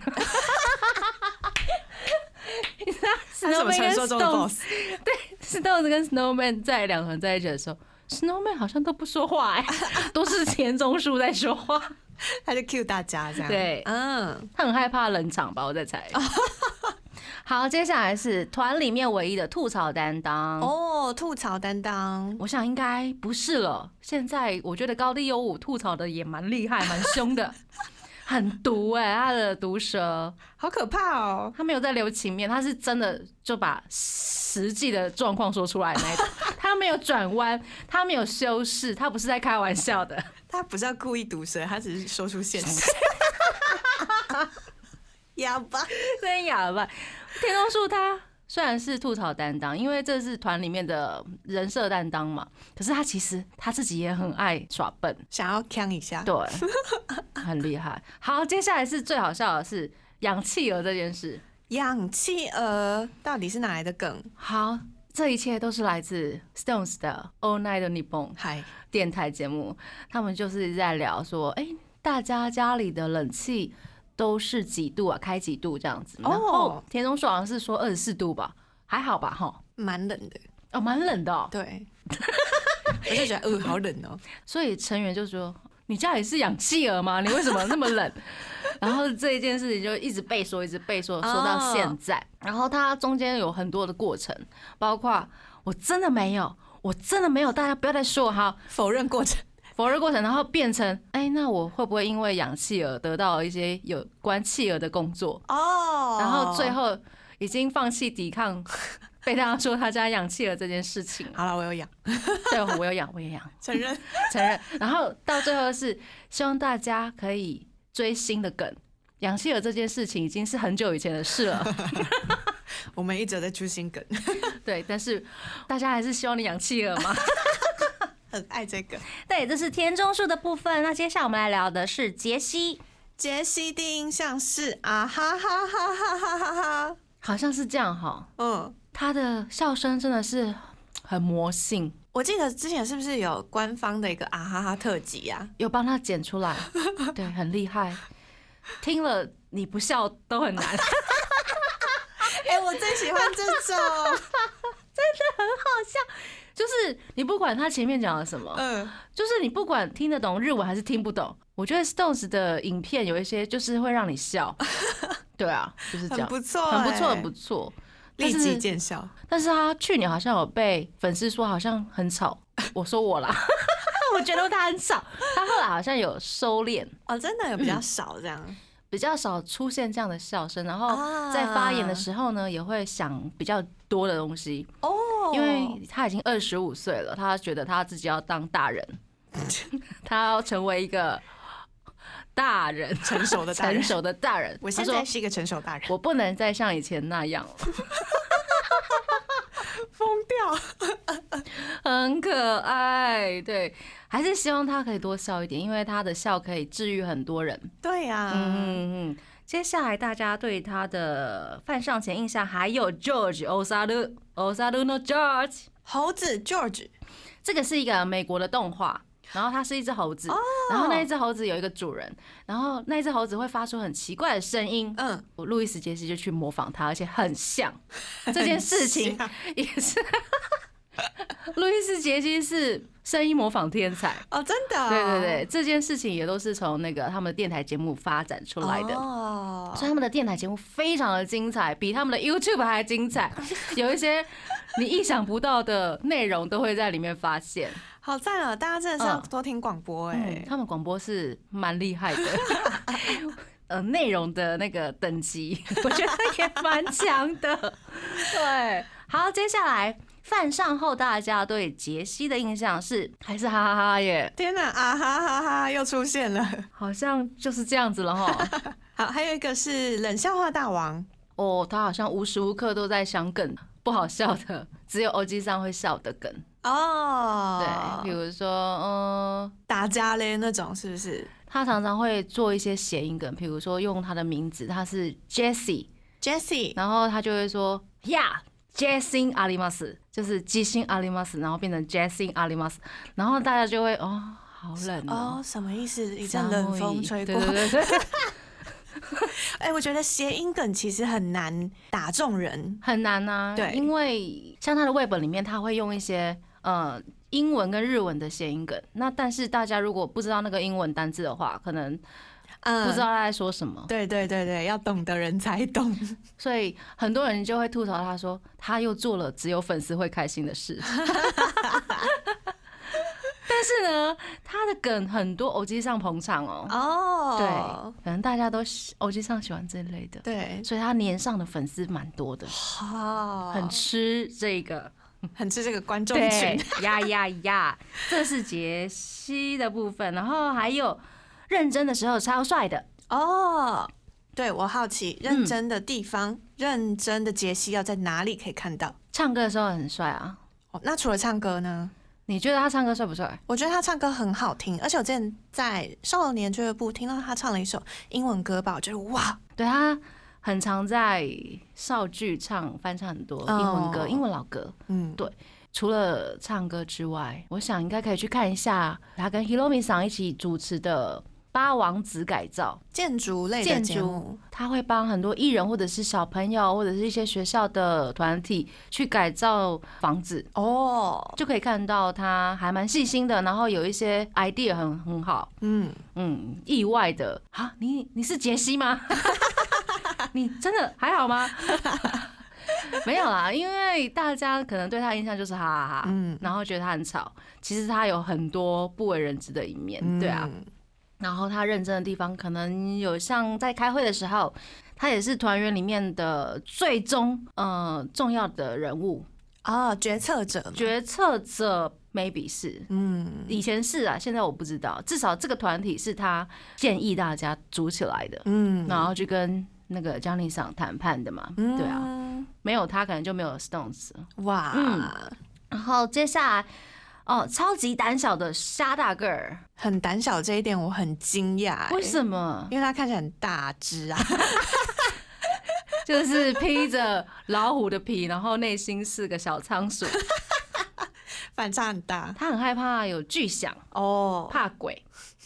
他什么传说中的 boss？ 对 ，Stones 跟 Snowman 在两团在一起的时候 ，Snowman 好像都不说话都是田中树在说话。 他就 cue 大家这样。 对，他很害怕冷场吧？我在猜。好，接下来是团里面唯一的吐槽担当吐槽担当， 我想应该不是了。现在我觉得高地优吾吐槽的也蛮厉害，蛮凶的，很毒他的毒舌好可怕他没有在留情面，他是真的就把实际的状况说出来那一种，他没有转弯，他没有修饰，他不是在开玩笑的， 他不是要故意毒舌，他只是说出现实。哑巴， 真哑巴。田中树他虽然是吐槽担当，因为这是团里面的人设担当嘛，可是他其实他自己也很爱耍笨， 想要呛一下， 对，很厉害。好，接下来是最好笑的是养企鹅这件事。 养企鹅到底是哪来的梗？ 好，这一切都是来自 Stones 的 All Night Nippon 电台节目，他们就是在聊说，大家家里的冷气都是几度啊？开几度这样子？然后田中树好像是说24度吧，还好吧？ 蛮冷的蛮冷的对，我就觉得好冷所以成员就说：“你家里是养企鹅吗？你为什么那么冷？”然后这一件事情就一直被说，说到现在。然后它中间有很多的过程，包括我真的没有，大家不要再说否认过程。 然后变成那我会不会因为养企鹅得到一些有关企鹅的工作然后最后已经放弃抵抗被大家说他家养企鹅这件事情。 好了，我有养， 对，我有养，我也养， 承认承认。然后到最后是希望大家可以追新的梗，养企鹅这件事情已经是很久以前的事了。 我们一直在出新梗， 对，但是大家还是希望你养企鹅嘛。 很爱这个。 对，这是田中树的部分。那接下来我们来聊的是杰西。 杰西第一印象是啊哈哈哈哈哈哈哈， 好像是这样哈。他的笑声真的是很魔性。 我记得之前是不是有官方的一个啊哈哈特辑啊？ 有帮他剪出来，对，很厉害。听了你不笑都很难。 我最喜欢这种， 真的很好笑。就是你不管他前面讲了什么，就是你不管听得懂日文还是听不懂，我觉得 Stones 的影片有一些就是会让你笑。对啊，就是这样， 很不错， 很不错，很不错， 立即见效。 但是他去年好像有被粉丝说好像很吵，我说我啦。我觉得他很吵，他后来好像有收敛哦，真的有比较少这样。 比较少出现这样的笑声，然后在发言的时候呢，也会想比较多的东西哦。因为他已经25岁了，他觉得他自己要当大人，他要成为一个大人， 成熟的大人。 我现在是一个成熟大人， 我不能再像以前那样了。 疯掉， 很可爱。对，还是希望他可以多笑一点，因为他的笑可以治愈很多人。 对呀， 接下来大家对他的犯上前印象还有 George Osaru no George 猴子 George， 这个是一个美国的动画。然后它是一只猴子，然后那一只猴子有一个主人，然后那一只猴子会发出很奇怪的声音。路易斯杰西就去模仿它，而且很像。这件事情也是，路易斯杰西是声音模仿天才哦，真的。 对对对，这件事情也都是从那个他们的电台节目发展出来的。所以他们的电台节目非常的精彩，比他们的 YouTube 还精彩，有一些你意想不到的内容都会在里面发现。 好赞啊！大家真的是要多听广播他们广播是蛮厉害的，内容的那个等级，我觉得也蛮强的。对，好，接下来犯上后，大家对杰西的印象是还是哈哈哈耶？ 天哪，啊哈哈哈又出现了， 好像就是这样子了哈。 好，还有一个是冷笑话大王哦，他好像无时无刻都在想梗，不好笑的，只有欧吉桑会笑的梗。对，比如说， 打架嘞那种，是不是？ 他常常会做一些谐音梗，比如说用他的名字，他是 Jessie， 然后他就会说呀，Jessie 阿里马斯，就是吉星阿里马斯，然后变成 Jessie 阿里马斯，然后大家就会好冷哦， 什么意思？一阵冷风吹过。 对。 我觉得谐音梗其实很难打中人， 很难啊。对，因为像他的绘本里面，他会用一些英文跟日文的谐音梗。那但是大家如果不知道那个英文单字的话，可能不知道他在说什么。 对，要懂的人才懂。 所以很多人就会吐槽他说，他又做了只有粉丝会开心的事。但是呢，他的梗很多欧吉桑捧场对，可能大家都欧吉桑喜欢这类的， 对， 所以他年上的粉丝蛮多的，很吃这个观众群， 呀，这是杰西的部分，然后还有认真的时候超帅的对，我好奇认真的地方，认真的杰西要在哪里可以看到？ 唱歌的时候很帅啊。 那除了唱歌呢？ 你觉得他唱歌帅不帅？ 我觉得他唱歌很好听，而且我之前在少年俱乐部听到他唱了一首英文歌吧，我觉得哇， 对，他很常在少剧翻唱很多英文歌、英文老歌。对。除了唱歌之外，我想应该可以去看一下他跟 Hiromi 桑一起主持的八王子改造建筑类的节目， 他会帮很多艺人或者是小朋友或者是一些学校的团体去改造房子就可以看到他还蛮细心的，然后有一些 idea 很好。意外的你是杰西吗？你真的还好吗？没有啦，因为大家可能对他的印象就是哈哈哈，然后觉得他很吵，其实他有很多不为人知的一面。对啊。 然后他认真的地方可能有像在开会的时候，他也是团员里面的最终重要的人物决策者 maybe 是，以前是啊，现在我不知道，至少这个团体是他建议大家组起来的，然后去跟那个 Johnny 桑谈判的嘛，对啊，没有他可能就没有 Stones 哇， 然后接下来超级胆小的沙大个儿， 很胆小这一点我很惊讶， 为什么？ 因为他看起来很大只啊。 就是披着老虎的皮，然后内心是个小仓鼠， 反差很大。 他很害怕有巨响怕鬼，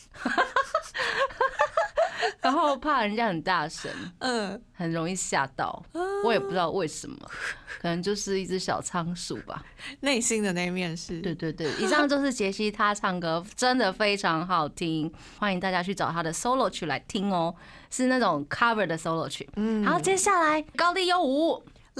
然后怕人家很大声，很容易吓到。我也不知道为什么，可能就是一只小仓鼠吧。 内心的那一面是。 对对对，以上就是杰西，他唱歌真的非常好听，欢迎大家去找他的 solo 曲来听哦，是那种 cover 的 solo 曲。好，接下来高地优吾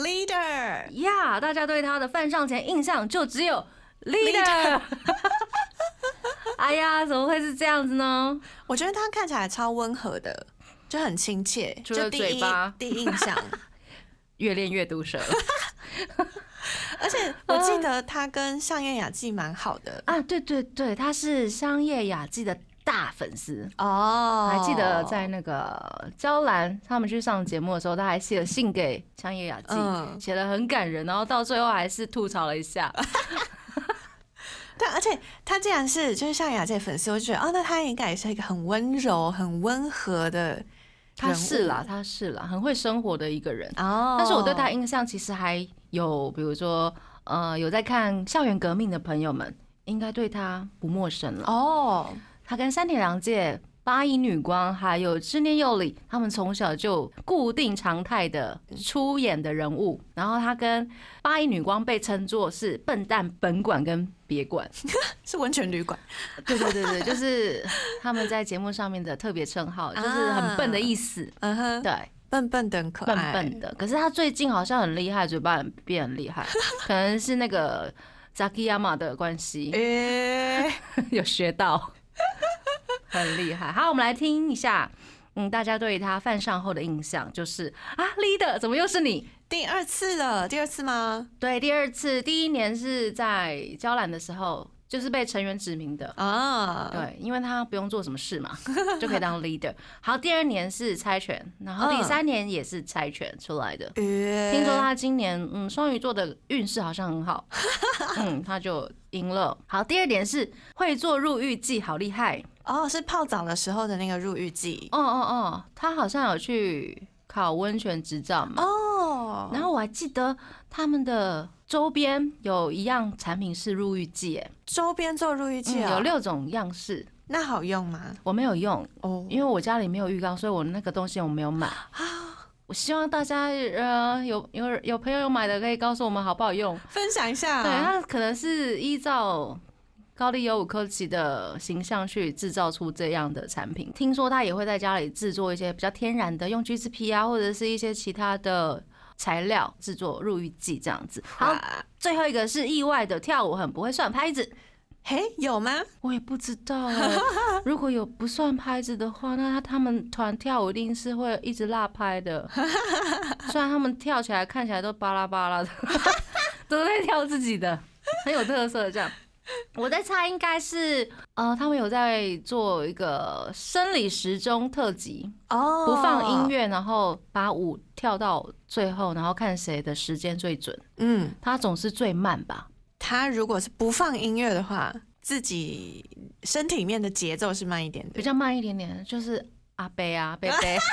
leader 呀，大家对他的范上前印象就只有 leader。哎呀，怎么会是这样子呢？ 我觉得他看起来超温和的，就很亲切， 除了嘴巴第一印象。 越练越毒舌了。 而且我记得他跟相叶雅纪蛮好的啊，对对对，他是相叶雅纪的大粉丝还记得在那个娇兰他们去上节目的时候，他还写了信给相叶雅纪，写得很感人，然后到最后还是吐槽了一下。 对，而且他既然是就是相叶雅纪的粉丝，我就觉得那他应该也是一个很温柔、很温和的。 他是啦，很会生活的一个人。但是我对他印象其实还有，比如说，有在看《校园革命》的朋友们，应该对他不陌生了。他跟山田凉介、八一女光还有知念佑里，他们从小就固定常态的出演的人物。然后他跟八一女光被称作是笨蛋本馆跟别馆， 是温泉旅馆。 对对对对，就是他们在节目上面的特别称号，就是很笨的意思。对， 笨笨的很可爱， 笨笨的。可是他最近好像很厉害，嘴巴变很厉害，可能是那个 Zakiyama 的关系，有学到。很厉害。好，我们来听一下，大家对他犯上后的印象就是leader 怎么又是你？ 第二次了，第二次吗？ 对，第二次。第一年是在娇兰的时候，就是被成员指名的对，因为他不用做什么事嘛，就可以当 leader。好，第二年是猜拳，然后第三年也是猜拳出来的。听说他今年双鱼座的运势好像很好，他就赢了。好，第二点是会做入浴剂，好厉害。 是泡澡的时候的那个入浴剂。 他好像有去考温泉执照嘛。然后我还记得他们的周边有一样产品是入浴剂， 周边做入浴剂有6种样式。 那好用吗？ 我没有用因为我家里没有浴缸，所以我那个东西我没有买。我希望大家有朋友有买的可以告诉我们好不好用， 分享一下。 对，它可能是依照高地优吾科技的形象去制造出这样的产品。听说他也会在家里制作一些比较天然的，用橘子皮或者是一些其他的材料制作入浴剂这样子。好，最后一个是意外的跳舞很不会算拍子。 有吗？ 我也不知道如果有不算拍子的话，那他们团跳舞一定是会一直落拍的。虽然他们跳起来看起来都巴拉巴拉的，都在跳自己的，很有特色这样。我在猜应该是他们有在做一个生理时钟特辑不放音乐，然后把舞跳到最后，然后看谁的时间最准。他总是最慢吧。 他如果是不放音乐的话，自己身体里面的节奏是慢一点的， 比较慢一点点，就是阿贝贝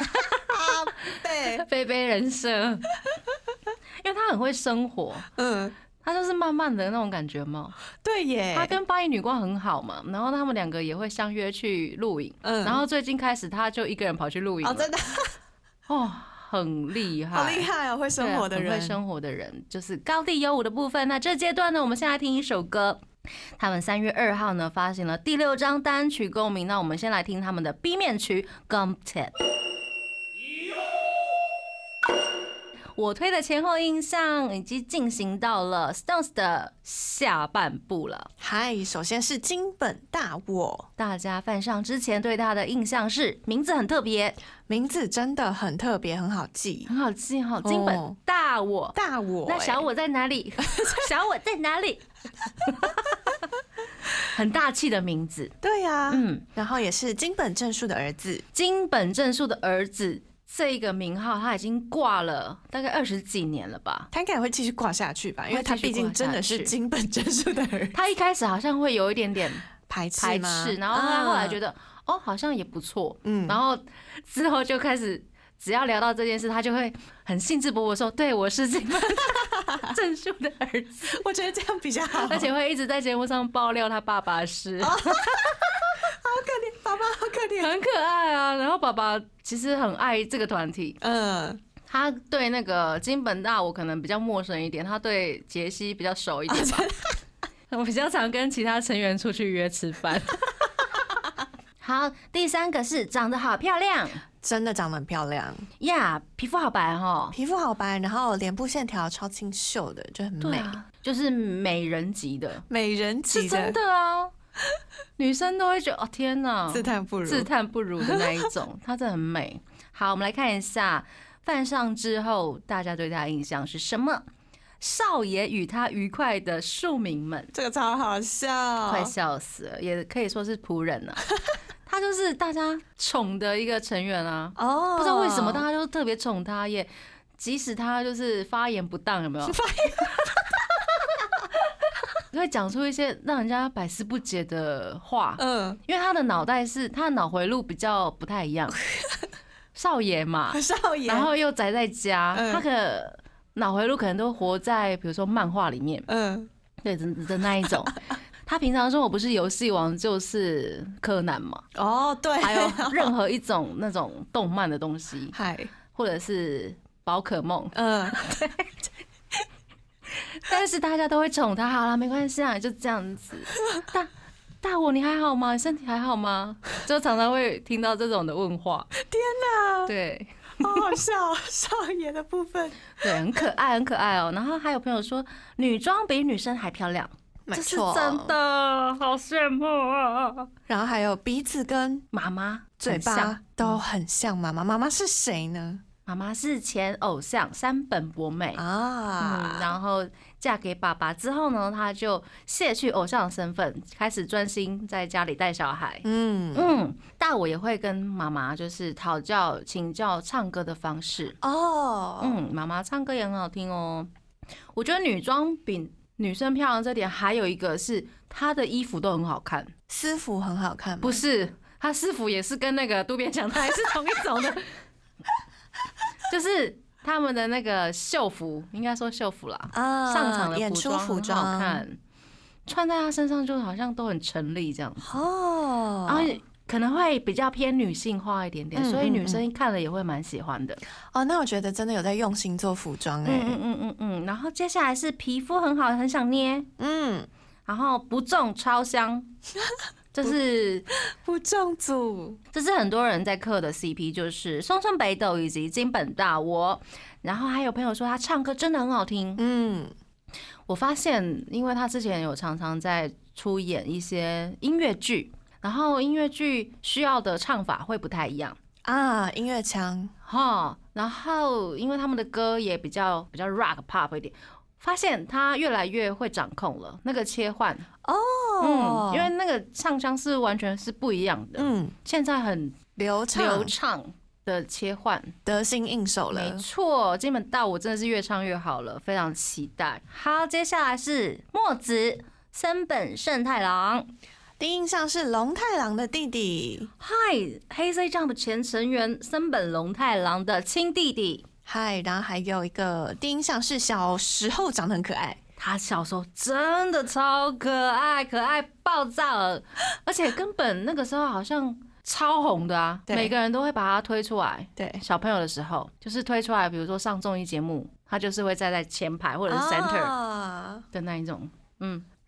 贝人设，因为他很会生活，他就是慢慢的那种感觉嘛。 对耶， 他跟八一女光很好嘛，然后他们2个也会相约去露营，然后最近开始他就一个人跑去露营了。 真的很厉害， 好厉害会生活的人， 会生活的人就是高地优吾的部分。那这阶段呢，我们先来听一首歌。他们3月2号呢发行了第6张单曲《共鸣》，那我们先来听他们的 B 面曲《Gumted》。 我推的前后印象已经进行到了 Stones 的下半部了。 嗨，首先是金本大我， 大家犯上之前对他的印象是名字很特别， 名字真的很特别，很好记， 很好记哈。金本大我， 大我， 那小我在哪里？小我在哪里？很大气的名字。 对呀，然后也是金本正树的儿子， 金本正树的儿子。这个名号他已经挂了大概20几年了吧？ 他应该也会继续挂下去吧，因为他毕竟真的是金本正树的儿子。 他一开始好像会有一点点排斥， 然后他后来觉得好像也不错，然后之后就开始只要聊到这件事，他就会很兴致勃勃说：“对，我是金本正树的儿子。” 我觉得这样比较好， 而且会一直在节目上爆料他爸爸是。 好可怜，爸爸好可怜， 很可爱啊。然后爸爸其实很爱这个团体，他对那个金本大我可能比较陌生一点，他对杰西比较熟一点吧。我比较常跟其他成员出去约吃饭。好，第3个是长得好漂亮， 真的长得很漂亮呀，皮肤好白哈， 皮肤好白，然后脸部线条超清秀的，就很美， 就是美人级的， 美人级的， 是真的啊。女生都会觉得天哪， 自叹不如的那一种，她真的很美。好，我们来看一下犯上之后大家对她的印象是什么？少爷与他愉快的庶民们， 这个超好笑， 快笑死了，也可以说是仆人啊。他就是大家宠的一个成员啊。不知道为什么大家就特别宠他耶，即使他就是发言不当，有没有？会讲出一些让人家百思不解的话，因为他的脑袋他的脑回路比较不太一样，少爷嘛，然后又宅在家，他的脑回路可能都活在比如说漫画里面，对的那一种。他平常说我不是游戏王就是柯南嘛， 对， 还有任何一种那种动漫的东西，或者是宝可梦，对。但是大家都会宠他，好啦，没关系啊，就这样子。大我你还好吗？你身体还好吗？就常常会听到这种的问话。 天哪， 对， 好好笑，少爷的部分， 对，很可爱，很可爱哦。然后还有朋友说，女装比女生还漂亮，这是真的，好羡慕啊。 然后还有鼻子跟妈妈嘴巴都很像妈妈，妈妈是谁呢？ 妈妈是前偶像山本博美啊，然后嫁给爸爸之后呢，她就卸去偶像的身份，开始专心在家里带小孩。大我也会跟妈妈就是讨教、请教唱歌的方式妈妈唱歌也很好听哦。我觉得女装比女生漂亮这点，还有一个是她的衣服都很好看， 私服很好看吗？ 不是，她私服也是跟那个渡边强太是同一种的。就是他们的那个秀服，应该说秀服啦，上场的演出服装很好看，穿在他身上就好像都很成立这样子然后可能会比较偏女性化一点点，所以女生看了也会蛮喜欢的。 那我觉得真的有在用心做服装然后接下来是皮肤很好，很想捏，然后不重超香。这是不重组， 这是很多人在嗑的 CP， 就是松村北斗以及金本大我。然后还有朋友说他唱歌真的很好听，我发现，因为他之前有常常在出演一些音乐剧，然后音乐剧需要的唱法会不太一样音乐腔然后因为他们的歌也比较 rock pop 一点。发现他越来越会掌控了那个切换因为那个唱腔是完全是不一样的，现在很流畅的切换， 得心应手了。 没错，金本大我真的是越唱越好了，非常期待。好，接下来是墨子森本胜太郎， 第一印象是龙太郎的弟弟， 嗨，黑 C 酱的前成员森本龙太郎的亲弟弟。 然后还有一个第一印象是小时候长得很可爱， 他小时候真的超可爱，可爱爆炸了，而且根本那个时候好像超红的啊，每个人都会把他推出来。 对， 小朋友的时候就是推出来，比如说上综艺节目，他就是会站在前排或者是 center 的那一种。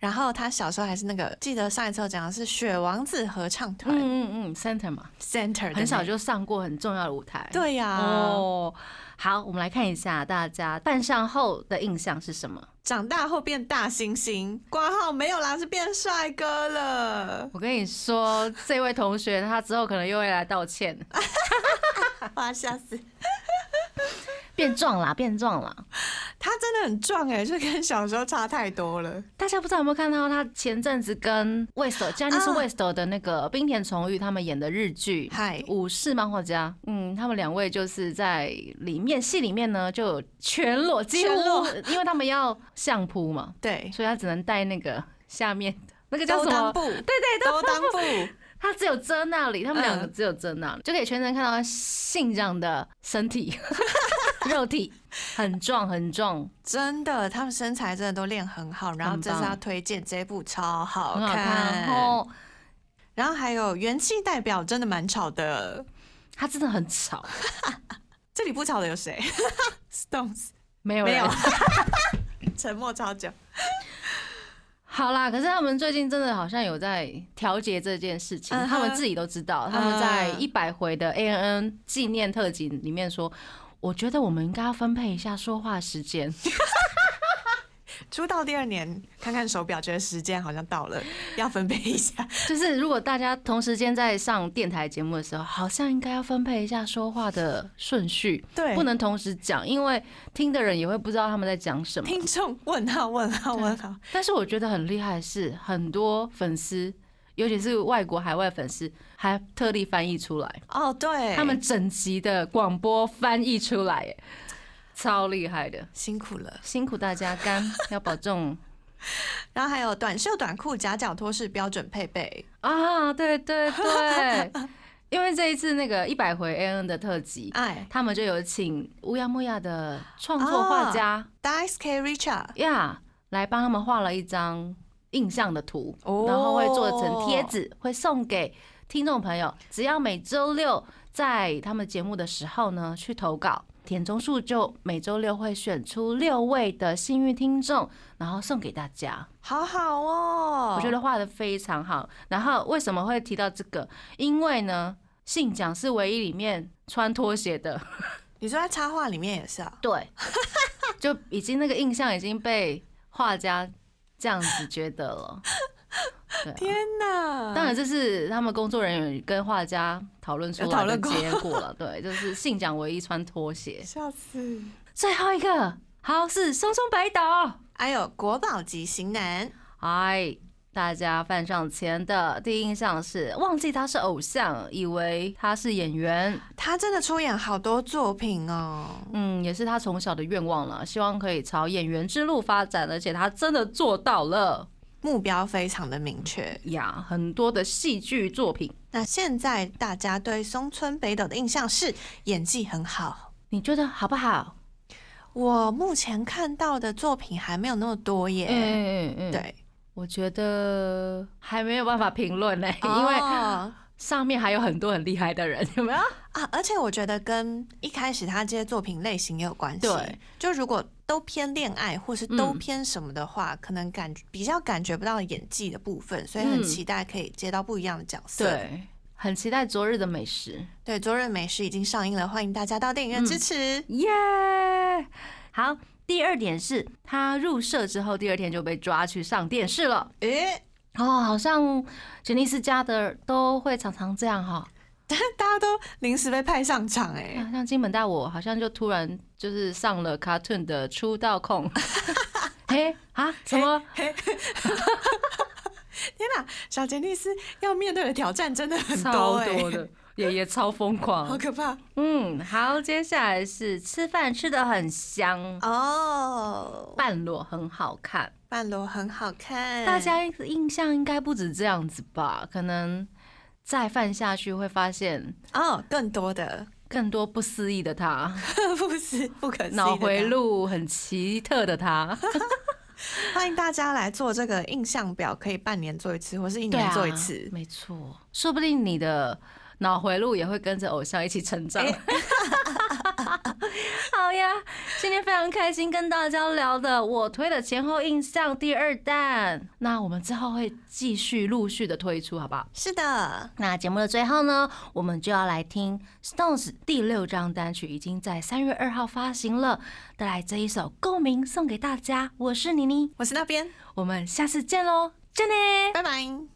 然后他小时候还是那个，记得上一次有讲的是雪王子合唱团 ，Center 嘛 ，Center 很小就上过很重要的舞台。 对呀， 哦，好，我们来看一下大家扮上后的印象是什么？ 长大后变大猩猩，挂号没有啦，是变帅哥了。 我跟你说，这位同学他之后可能又会来道歉。 哇，吓死！ 变壮啦，变壮啦！ 他真的很壮哎，就跟小时候差太多了。 大家不知道有没有看到他前阵子跟 Janis West 的那个滨田崇裕他们演的日剧《武士漫画家》，他们两位就是在戏里面呢就全裸，几乎因为他们要相扑嘛， 对， 所以他只能带那个下面那个叫什么？ 对，兜裆布。 他只有遮那里，他们两个只有遮那里，就可以全程看到他信长的身体、肉体，很壮很壮， 真的，他们身材真的都练很好。然后这是要推荐这部超好看，然后还有元气代表真的蛮吵的， 他真的很吵。 这里不吵的有谁？Stones 没有， 沉默超久。 好啦，可是他们最近真的好像有在调节这件事情，他们自己都知道。他们在100回的 ANN 纪念特辑里面说，我觉得我们应该要分配一下说话时间。 出道第2年，看看手表，觉得时间好像到了，要分配一下。 就是如果大家同时间在上电台节目的时候，好像应该要分配一下说话的顺序， 对， 不能同时讲，因为听的人也会不知道他们在讲什么。 听众问号。 但是我觉得很厉害的是，很多粉丝，尤其是外国海外粉丝，还特地翻译出来。 哦，对， 他们整集的广播翻译出来，超厉害的， 辛苦了， 辛苦大家，肝要保重。 然后还有短袖短裤夹脚拖是标准配备啊，对，因为这一次那个100回 AN 的特辑，他们就有请乌亚木亚的创作画家 Daisuke Richard 呀，来帮他们画了一张印象的图，然后会做成贴纸，会送给听众朋友。只要每周六在他们节目的时候呢，去投稿。田中树就每周六会选出6位的幸运听众，然后送给大家。 好好哦， 我觉得画得非常好。然后为什么会提到这个？因为呢，信长是唯一里面穿拖鞋的。 你说在插画里面也是啊？ 对，就已经那个印象已经被画家这样子觉得了。 天哪！ 当然这是他们工作人员跟画家讨论出来的结果了。对，就是信长唯一穿拖鞋。 笑死！ 最后一个好是松松北斗， 还有国宝级型男。 大家犯上前的第一印象是忘记他是偶像，以为他是演员。 他真的出演好多作品哦。 也是他从小的愿望了，希望可以朝演员之路发展，而且他真的做到了。 目标非常的明确呀，很多的戏剧作品。 那现在大家对松村北斗的印象是演技很好， 你觉得好不好？ 我目前看到的作品还没有那么多耶。对， 我觉得还没有办法评论呢，因为上面还有很多很厉害的人，有没有啊？而且我觉得跟一开始他这些作品类型也有关系。 对， 就如果都偏恋爱或是都偏什么的话，可能比较感觉不到演技的部分，所以很期待可以接到不一样的角色。 对，很期待昨日的美食。 对，昨日美食已经上映了，欢迎大家到电影院支持。 耶！好，第二点是他入社之后，第2天就被抓去上电视了。好像杰尼斯家的都会常常这样哈。 大家都临时被派上场像金本大我好像就突然就是上了 Cartoon 的出道控。什么？天哪，小杰尼斯要面对的挑战真的很多超多的，也超疯狂， 好可怕。 好，接下来是吃饭吃得很香哦， 半裸很好看， 半裸很好看， 大家印象应该不止这样子吧？可能再犯下去会发现更多不思议的他， 不可思议的脑回路很奇特的他。 欢迎大家来做这个印象表，可以半年做一次，或是1年做一次。 没错，说不定你的脑回路也会跟着偶像一起成长。好好呀，今天非常开心跟大家聊的我推的前后印象第2弹，那我们之后会继续陆续的推出，好不好？ 是的。 那节目的最后呢，我们就要来听 Stones 第6张单曲，已经在3月2号发行了，带来这一首《共鸣》送给大家。我是妮妮， 我是那边， 我们下次见喽，见呢， 拜拜。